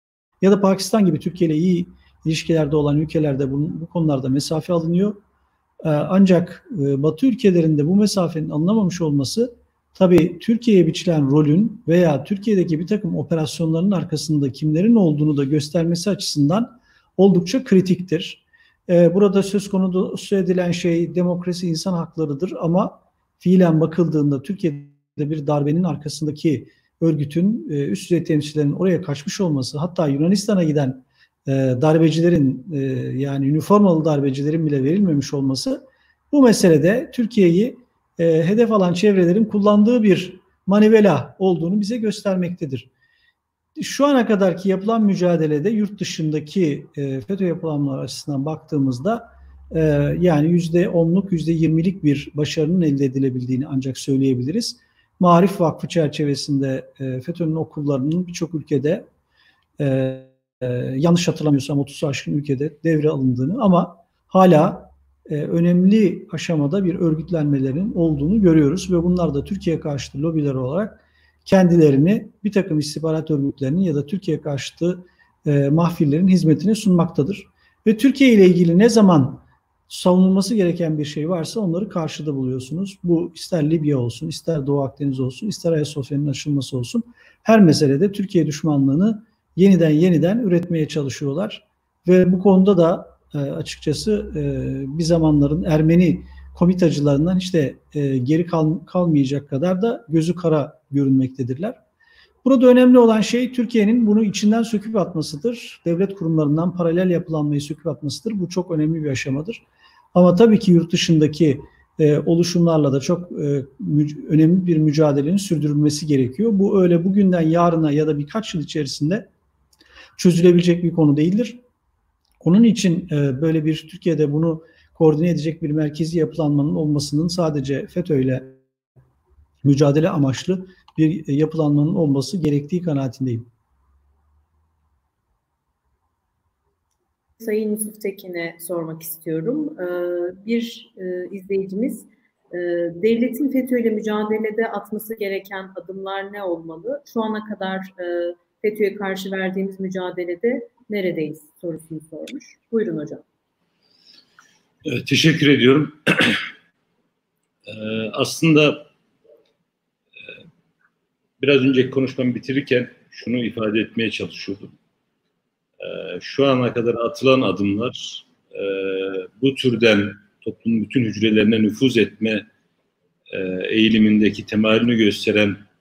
B: Ya da Pakistan gibi Türkiye ile iyi ilişkilerde olan ülkelerde bu, bu konularda mesafe alınıyor. E, ancak e, Batı ülkelerinde bu mesafenin anlamamış olması tabii Türkiye'ye biçilen rolün veya Türkiye'deki bir takım operasyonların arkasında kimlerin olduğunu da göstermesi açısından oldukça kritiktir. Ee, burada söz konusu edilen şey demokrasi, insan haklarıdır ama fiilen bakıldığında Türkiye'de bir darbenin arkasındaki örgütün e, üst düzey temsilcilerinin oraya kaçmış olması, hatta Yunanistan'a giden e, darbecilerin e, yani üniformalı darbecilerin bile verilmemiş olması bu meselede Türkiye'yi e, hedef alan çevrelerin kullandığı bir manivela olduğunu bize göstermektedir. Şu ana kadarki yapılan mücadelede yurt dışındaki e, FETÖ yapılanmalar açısından baktığımızda e, yani yüzde onluk, yüzde yirmilik bir başarının elde edilebildiğini ancak söyleyebiliriz. Maarif Vakfı çerçevesinde e, FETÖ'nün okullarının birçok ülkede e, e, yanlış hatırlamıyorsam otuz aşkın ülkede devre alındığını ama hala e, önemli aşamada bir örgütlenmelerin olduğunu görüyoruz ve bunlar da Türkiye karşıtı lobiler olarak kendilerini bir takım istihbarat örgütlerinin ya da Türkiye karşıtı e, mahfillerin hizmetine sunmaktadır. Ve Türkiye ile ilgili ne zaman savunulması gereken bir şey varsa onları karşıda buluyorsunuz. Bu ister Libya olsun, ister Doğu Akdeniz olsun, ister Ayasofya'nın açılması olsun. Her meselede Türkiye düşmanlığını yeniden yeniden üretmeye çalışıyorlar. Ve bu konuda da e, açıkçası e, bir zamanların Ermeni komitacılarından hiç de e, geri kal, kalmayacak kadar da gözü kara görünmektedirler. Burada önemli olan şey Türkiye'nin bunu içinden söküp atmasıdır. Devlet kurumlarından paralel yapılanmayı söküp atmasıdır. Bu çok önemli bir aşamadır. Ama tabii ki yurt dışındaki e, oluşumlarla da çok e, mü- önemli bir mücadelenin sürdürülmesi gerekiyor. Bu öyle bugünden yarına ya da birkaç yıl içerisinde çözülebilecek bir konu değildir. Onun için e, böyle bir Türkiye'de bunu koordine edecek bir merkezi yapılanmanın olmasının sadece FETÖ ile mücadele amaçlı bir yapılanmanın olması gerektiği kanaatindeyim.
A: Sayın Yusuf Tekin'e sormak istiyorum. Bir izleyicimiz, devletin FETÖ ile mücadelede atması gereken adımlar ne olmalı? Şu ana kadar FETÖ'ye karşı verdiğimiz mücadelede neredeyiz sorusunu sormuş. Buyurun hocam.
C: Evet, teşekkür ediyorum. Ee, aslında e, biraz önceki konuşmamı bitirirken şunu ifade etmeye çalışıyordum. Ee, şu ana kadar atılan adımlar e, bu türden toplumun bütün hücrelerine nüfuz etme e, eğilimindeki temelini gösteren e,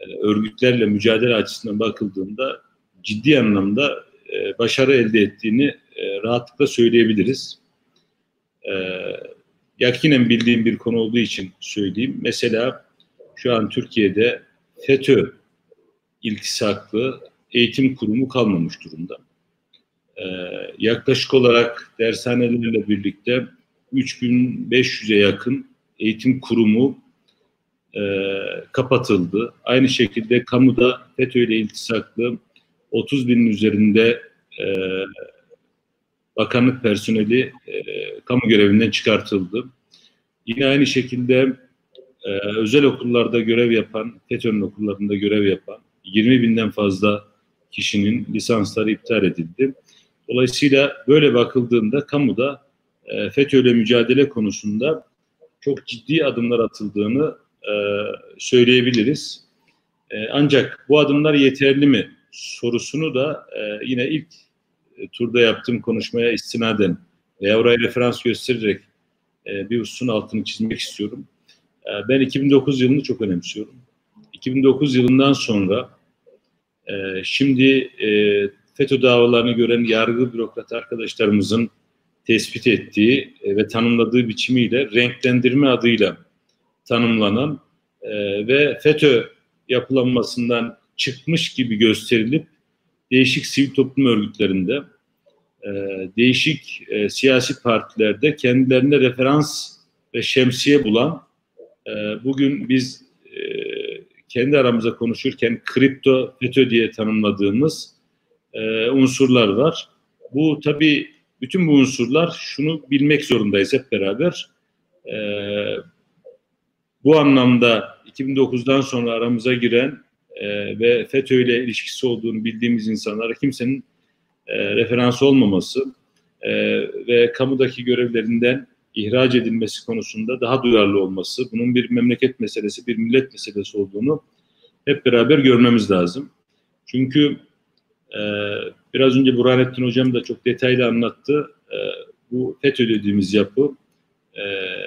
C: örgütlerle mücadele açısından bakıldığında ciddi anlamda e, başarı elde ettiğini e, rahatlıkla söyleyebiliriz. E, yakinen bildiğim bir konu olduğu için söyleyeyim. Mesela şu an Türkiye'de FETÖ iltisaklı eğitim kurumu kalmamış durumda. Ee, yaklaşık olarak dershanelerle birlikte üç bin beş yüze yakın eğitim kurumu e, kapatıldı. Aynı şekilde kamuda FETÖ ile iltisaklı otuz binin üzerinde e, bakanlık personeli e, kamu görevinden çıkartıldı. Yine aynı şekilde e, özel okullarda görev yapan, FETÖ'nün okullarında görev yapan yirmi binden fazla kişinin lisansları iptal edildi. Dolayısıyla böyle bakıldığında kamuda e, FETÖ ile mücadele konusunda çok ciddi adımlar atıldığını e, söyleyebiliriz. E, ancak bu adımlar yeterli mi sorusunu da e, yine ilk e, turda yaptığım konuşmaya istinaden veya oraya referans göstererek e, bir hususun altını çizmek istiyorum. E, ben iki bin dokuz yılını çok önemsiyorum. iki bin dokuz yılından sonra e, şimdi e, FETÖ davalarını gören yargı bürokrat arkadaşlarımızın tespit ettiği e, ve tanımladığı biçimiyle renklendirme adıyla tanımlanan e, ve FETÖ yapılanmasından çıkmış gibi gösterilip değişik sivil toplum örgütlerinde, e, değişik e, siyasi partilerde kendilerine referans ve şemsiye bulan, e, bugün biz e, kendi aramızda konuşurken kripto FETÖ diye tanımladığımız e, unsurlar var. Bu tabii bütün bu unsurlar şunu bilmek zorundayız hep beraber. E, bu anlamda iki bin dokuzdan sonra aramıza giren e, ve FETÖ ile ilişkisi olduğunu bildiğimiz insanlara kimsenin e, referansı olmaması e, ve kamudaki görevlerinden ihraç edilmesi konusunda daha duyarlı olması, bunun bir memleket meselesi, bir millet meselesi olduğunu hep beraber görmemiz lazım. Çünkü e, biraz önce Burhanettin Hocam da çok detaylı anlattı. E, bu FETÖ dediğimiz yapı e,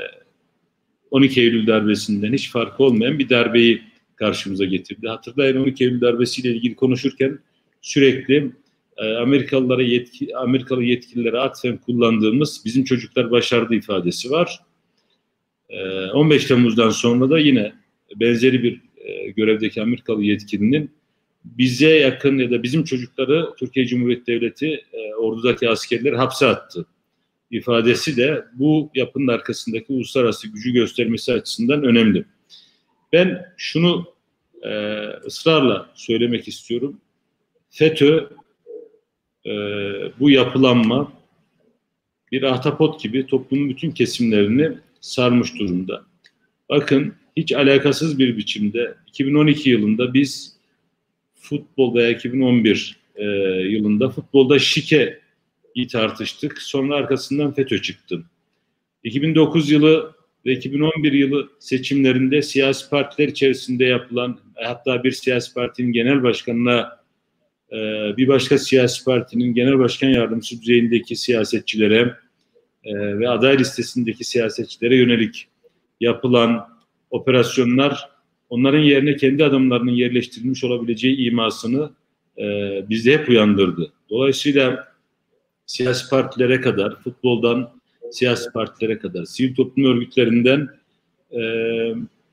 C: on iki Eylül darbesinden hiç farkı olmayan bir darbeyi karşımıza getirdi. Hatırlayın, on iki Eylül darbesiyle ilgili konuşurken sürekli e, Amerikalılara yetki, Amerikalı yetkililere atfen kullandığımız "bizim çocuklar başardı" ifadesi var. E, on beş Temmuz'dan sonra da yine benzeri bir e, görevdeki Amerikalı yetkilinin bize yakın ya da bizim çocukları Türkiye Cumhuriyeti Devleti e, ordudaki askerleri hapse attı ifadesi de bu yapının arkasındaki uluslararası gücü göstermesi açısından önemli. Ben şunu e, ısrarla söylemek istiyorum. FETÖ e, bu yapılanma bir ahtapot gibi toplumun bütün kesimlerini sarmış durumda. Bakın, hiç alakasız bir biçimde iki bin on iki yılında biz futbol veya iki bin on bir e, yılında futbolda şike tartıştık. Sonra arkasından FETÖ çıktı. iki bin dokuz yılı ve iki bin on bir yılı seçimlerinde siyasi partiler içerisinde yapılan, hatta bir siyasi partinin genel başkanına e, bir başka siyasi partinin genel başkan yardımcısı düzeyindeki siyasetçilere e, ve aday listesindeki siyasetçilere yönelik yapılan operasyonlar onların yerine kendi adamlarının yerleştirilmiş olabileceği imasını e, bizde hep uyandırdı. Dolayısıyla siyasi partilere kadar, futboldan siyasi partilere kadar, sivil toplum örgütlerinden e, e,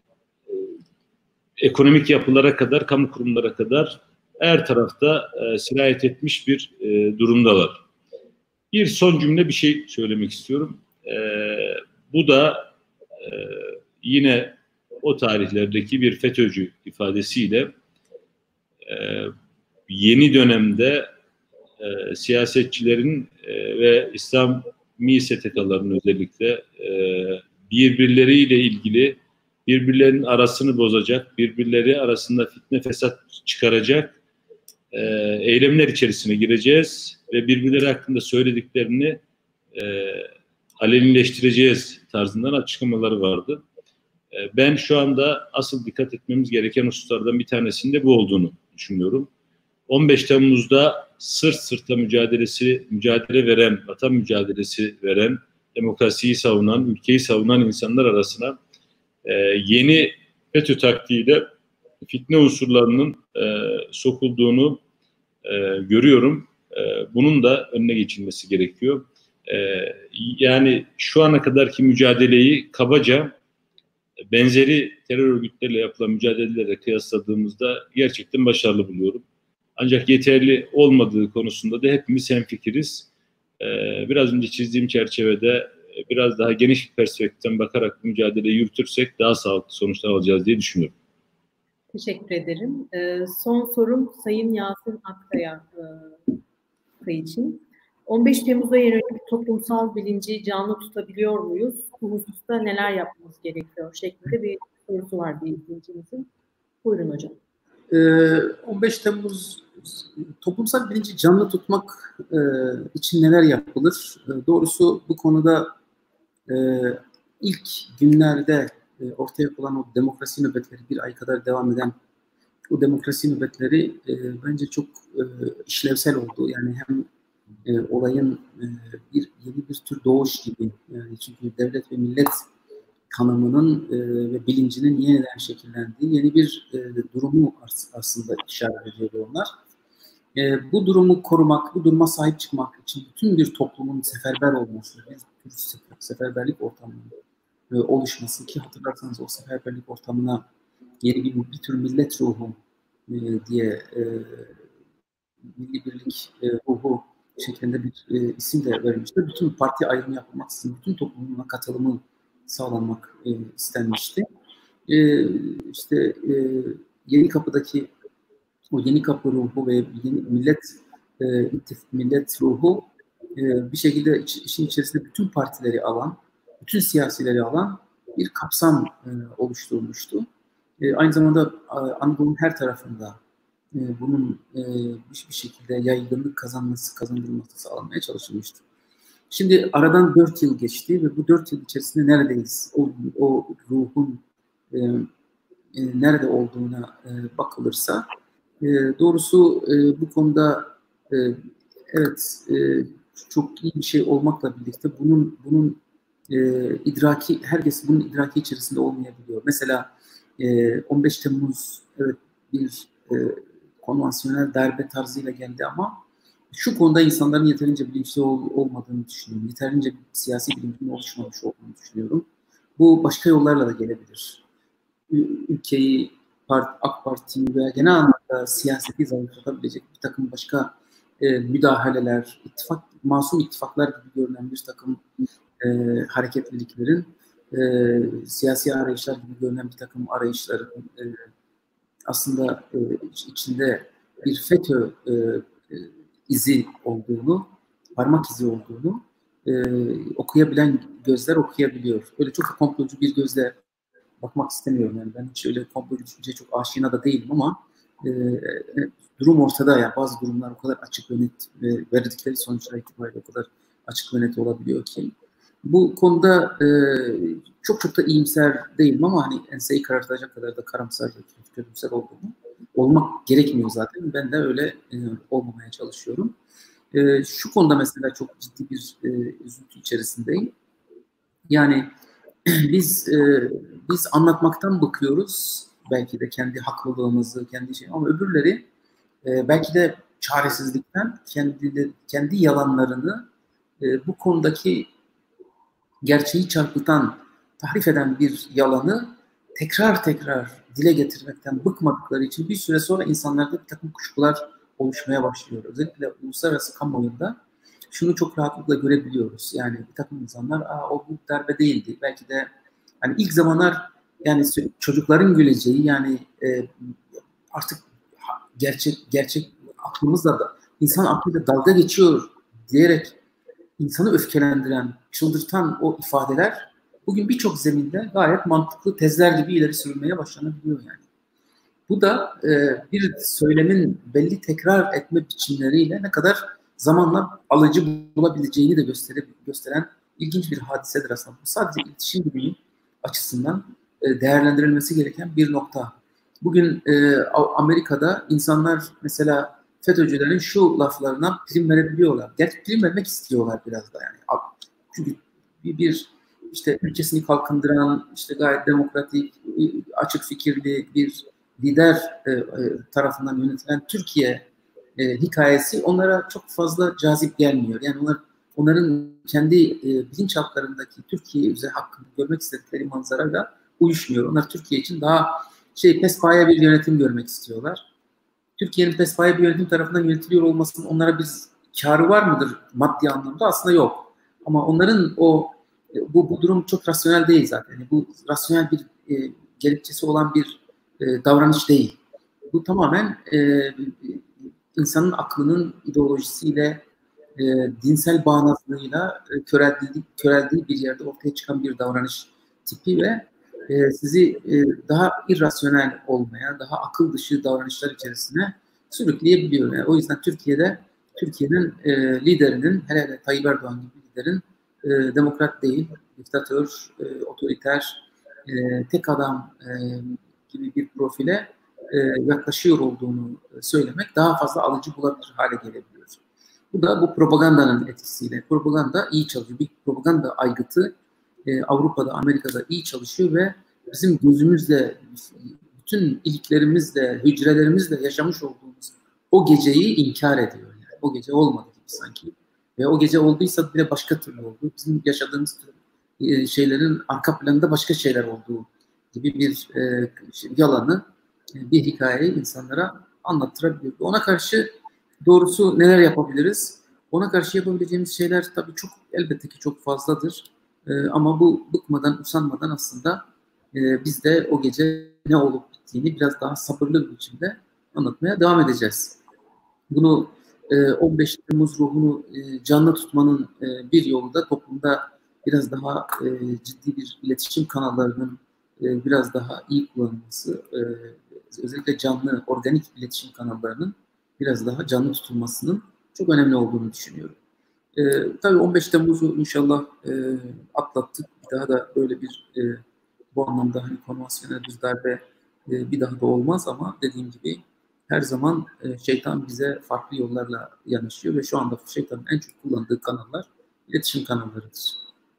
C: ekonomik yapılara kadar, kamu kurumlara kadar her tarafta e, sirayet etmiş bir e, durumdalar. Bir son cümle bir şey söylemek istiyorum. E, bu da e, yine o tarihlerdeki bir FETÖ'cü ifadesiyle e, yeni dönemde e, siyasetçilerin e, ve İslami S T K'ların özellikle e, birbirleriyle ilgili birbirlerinin arasını bozacak, birbirleri arasında fitne fesat çıkaracak e, eylemler içerisine gireceğiz ve birbirleri hakkında söylediklerini e, alenileştireceğiz tarzından açıklamaları vardı. E, ben şu anda asıl dikkat etmemiz gereken hususlardan bir tanesinin de bu olduğunu düşünüyorum. on beş Temmuz'da sırt sırta mücadelesi, mücadele veren, vatan mücadelesi veren, demokrasiyi savunan, ülkeyi savunan insanlar arasına e, yeni FETÖ taktiğiyle fitne unsurlarının e, sokulduğunu e, görüyorum. E, bunun da önüne geçilmesi gerekiyor. E, yani şu ana kadarki mücadeleyi kabaca benzeri terör örgütleriyle yapılan mücadelelerle kıyasladığımızda gerçekten başarılı buluyorum. Ancak yeterli olmadığı konusunda da hepimiz hemfikiriz. E, biraz önce çizdiğim çerçevede biraz daha geniş bir perspektiften bakarak mücadeleyi yürütürsek daha sağlıklı sonuçlar alacağız diye düşünüyorum.
A: Teşekkür ederim. Ee, son sorum Sayın Yasin Akkaya e, için. on beş Temmuz'a yönelik toplumsal bilinci canlı tutabiliyor muyuz? Bu hususta neler yapmamız gerekiyor? Şeklinde bir sorusu var bir izleyicimizin. Buyurun hocam.
D: Ee, on beş Temmuz toplumsal bilinci canlı tutmak e, için neler yapılır? E, doğrusu bu konuda e, ilk günlerde e, ortaya konan o demokrasi nöbetleri, bir ay kadar devam eden o demokrasi nöbetleri e, bence çok e, işlevsel oldu. Yani hem e, olayın e, bir yeni bir tür doğuş gibi. Yani çünkü devlet ve millet tanımının e, ve bilincinin yeniden şekillendiği yeni bir e, durumu aslında işaret ediyordu onlar. E, bu durumu korumak, bu duruma sahip çıkmak için bütün bir toplumun seferber olması, bir tür seferberlik ortamının e, oluşması ki hatırlarsanız o seferberlik ortamına yeni bir, bir tür millet ruhu e, diye e, milli birlik e, ruhu şeklinde bir e, isim de verilmişti. Bütün parti ayrımı yapılmaksızın bütün toplumun katılımı sağlanmak e, istenmişti. E, işte e, Yeni Kapı'daki o Yeni Kapı ruhu ve yeni millet e, millet ruhu e, bir şekilde iç, işin içerisinde bütün partileri alan, bütün siyasileri alan bir kapsam e, oluşturmuştu. E, aynı zamanda Anadolu'nun her tarafında e, bunun e, bir, bir şekilde yaygınlık kazanması, kazandırılması sağlanmaya çalışılmıştı. Şimdi aradan dört yıl geçti ve bu dört yıl içerisinde neredeyiz? O, o ruhun e, e, nerede olduğuna e, bakılırsa e, doğrusu e, bu konuda e, evet e, çok iyi bir şey olmakla birlikte bunun bunun e, idraki, herkes bunun idraki içerisinde olmayabiliyor. Mesela e, on beş Temmuz evet bir e, konvansiyonel darbe tarzıyla geldi ama şu konuda insanların yeterince bilinçli ol, olmadığını düşünüyorum. Yeterince siyasi bilincinin oluşmamış olduğunu düşünüyorum. Bu başka yollarla da gelebilir. Ülkeyi, part, AK Parti'yi veya genel anlamda siyaseti zayıflatabilecek bir takım başka e, müdahaleler, ittifak, masum ittifaklar gibi görünen bir takım e, hareketliliklerin, e, siyasi arayışlar gibi görünen bir takım arayışların e, aslında e, içinde bir FETÖ e, e, izi olduğunu, parmak izi olduğunu e, okuyabilen gözler okuyabiliyor. Öyle çok komplocu bir gözle bakmak istemiyorum. Yani ben hiç öyle komplocu düşünceye çok aşina da değilim ama e, durum ortada. Yani bazı durumlar o kadar açık ve net ve verdikleri sonuçlar itibariyle o kadar açık ve net olabiliyor ki. Bu konuda e, çok çok da iyimser değilim ama hani enseyi karartacak kadar da karamsar ve kötümser olduğumu olmak gerekmiyor zaten. Ben de öyle e, olmamaya çalışıyorum. E, şu konuda mesela çok ciddi bir e, üzüntü içerisindeyim. Yani biz e, biz anlatmaktan bıkıyoruz. Belki de kendi haklılığımızı, kendi şey ama öbürleri e, belki de çaresizlikten kendi kendi yalanlarını e, bu konudaki gerçeği çarpıtan, tahrif eden bir yalanı tekrar tekrar dile getirmekten bıkmadıkları için bir süre sonra insanlarda bir takım kuşkular oluşmaya başlıyor. Özellikle uluslararası kamuoyunda şunu çok rahatlıkla görebiliyoruz. Yani bir takım insanlar, aa o bu darbe değildi. Belki de hani ilk zamanlar yani çocukların güleceği yani e, artık gerçek gerçek aklımızla da insan aklıyla dalga geçiyor diyerek insanı öfkelendiren, çıldırtan o ifadeler bugün birçok zeminde gayet mantıklı tezler gibi ileri sürülmeye başlanabiliyor yani. Bu da e, bir söylemin belli tekrar etme biçimleriyle ne kadar zamanla alıcı bulabileceğini de gösteren, gösteren ilginç bir hadisedir aslında. Bu sadece iletişim bilimi açısından e, değerlendirilmesi gereken bir nokta. Bugün e, Amerika'da insanlar mesela FETÖ'cülerin şu laflarına prim verebiliyorlar. Gerçi prim vermek istiyorlar biraz da yani. Çünkü bir, bir işte ülkesini kalkındıran, işte gayet demokratik, açık fikirli bir lider e, e, tarafından yönetilen Türkiye e, hikayesi onlara çok fazla cazip gelmiyor. Yani onlar onların kendi e, bilinçaltlarındaki Türkiye üzeri hakkında görmek istedikleri manzarayla uyuşmuyor. Onlar Türkiye için daha şey pespaya bir yönetim görmek istiyorlar. Türkiye'nin pespaya bir yönetim tarafından yönetiliyor olmasının onlara bir kârı var mıdır maddi anlamda? Aslında yok. Ama onların o bu, bu durum çok rasyonel değil zaten. Yani bu rasyonel bir e, gerekçesi olan bir e, davranış değil. Bu tamamen e, insanın aklının ideolojisiyle, e, dinsel bağnazlığıyla e, köreldiği, köreldiği bir yerde ortaya çıkan bir davranış tipi ve e, sizi e, daha irrasyonel olmaya, daha akıl dışı davranışlar içerisine sürükleyebiliyor. Yani o yüzden Türkiye'de Türkiye'nin e, liderinin, hele hele Tayyip Erdoğan gibi liderin e, demokrat değil, diktatör, e, otoriter, e, tek adam e, gibi bir profile e, yaklaşıyor olduğunu söylemek daha fazla alıcı bulabilir hale gelebiliyor. Bu da bu propagandanın etkisiyle. Propaganda iyi çalışıyor. Bir propaganda aygıtı e, Avrupa'da, Amerika'da iyi çalışıyor ve bizim gözümüzle, bütün iliklerimizle, hücrelerimizle yaşamış olduğumuz o geceyi inkar ediyor. Yani o gece olmadı gibi sanki. Ve o gece olduysa bile başka türlü oldu. Bizim yaşadığımız e, şeylerin arka planında başka şeyler olduğu gibi bir e, yalanı, e, bir hikayeyi insanlara anlattırabiliyor. Ona karşı doğrusu neler yapabiliriz? Ona karşı yapabileceğimiz şeyler tabii çok, elbette ki çok fazladır. E, ama bu bıkmadan, usanmadan aslında e, biz de o gece ne olup bittiğini biraz daha sabırlı bir biçimde anlatmaya devam edeceğiz. Bunu e, on beş Temmuz ruhunu e, canlı tutmanın e, bir yolu da toplumda biraz daha e, ciddi bir iletişim kanallarının e, biraz daha iyi kullanılması, e, özellikle canlı, organik iletişim kanallarının biraz daha canlı tutulmasının çok önemli olduğunu düşünüyorum. E, tabii on beş Temmuz'u inşallah e, atlattık. Bir daha da böyle bir e, bu anlamda hani konvansiyonel bir darbe e, bir daha da olmaz ama dediğim gibi her zaman e, şeytan bize farklı yollarla yanaşıyor ve şu anda şeytanın en çok kullandığı kanallar iletişim kanallarıdır.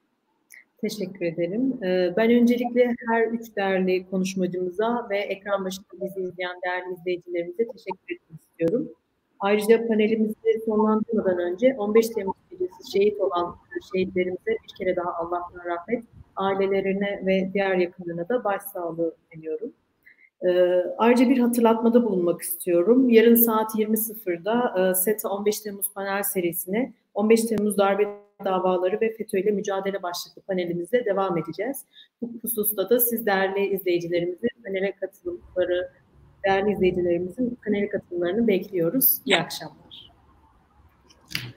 A: Teşekkür ederim. Ben öncelikle her üç değerli konuşmacımıza ve ekran başında bizi izleyen değerli izleyicilerimize teşekkür etmek istiyorum. Ayrıca panelimizi sonlandırmadan önce on beş Temmuz gecesi şehit olan şehitlerimize bir kere daha Allah'tan rahmet, ailelerine ve diğer yakınlarına da başsağlığı diliyorum. Ayrıca bir hatırlatmada bulunmak istiyorum. Yarın saat yirmi sıfırda SETA on beş Temmuz panel serisine on beş Temmuz darbe davaları ve FETÖ ile mücadele başlıklı panelimizle devam edeceğiz. Bu hususta da siz değerli izleyicilerimizin panele katılımları, değerli izleyicilerimizin panele katılımlarını bekliyoruz. İyi akşamlar.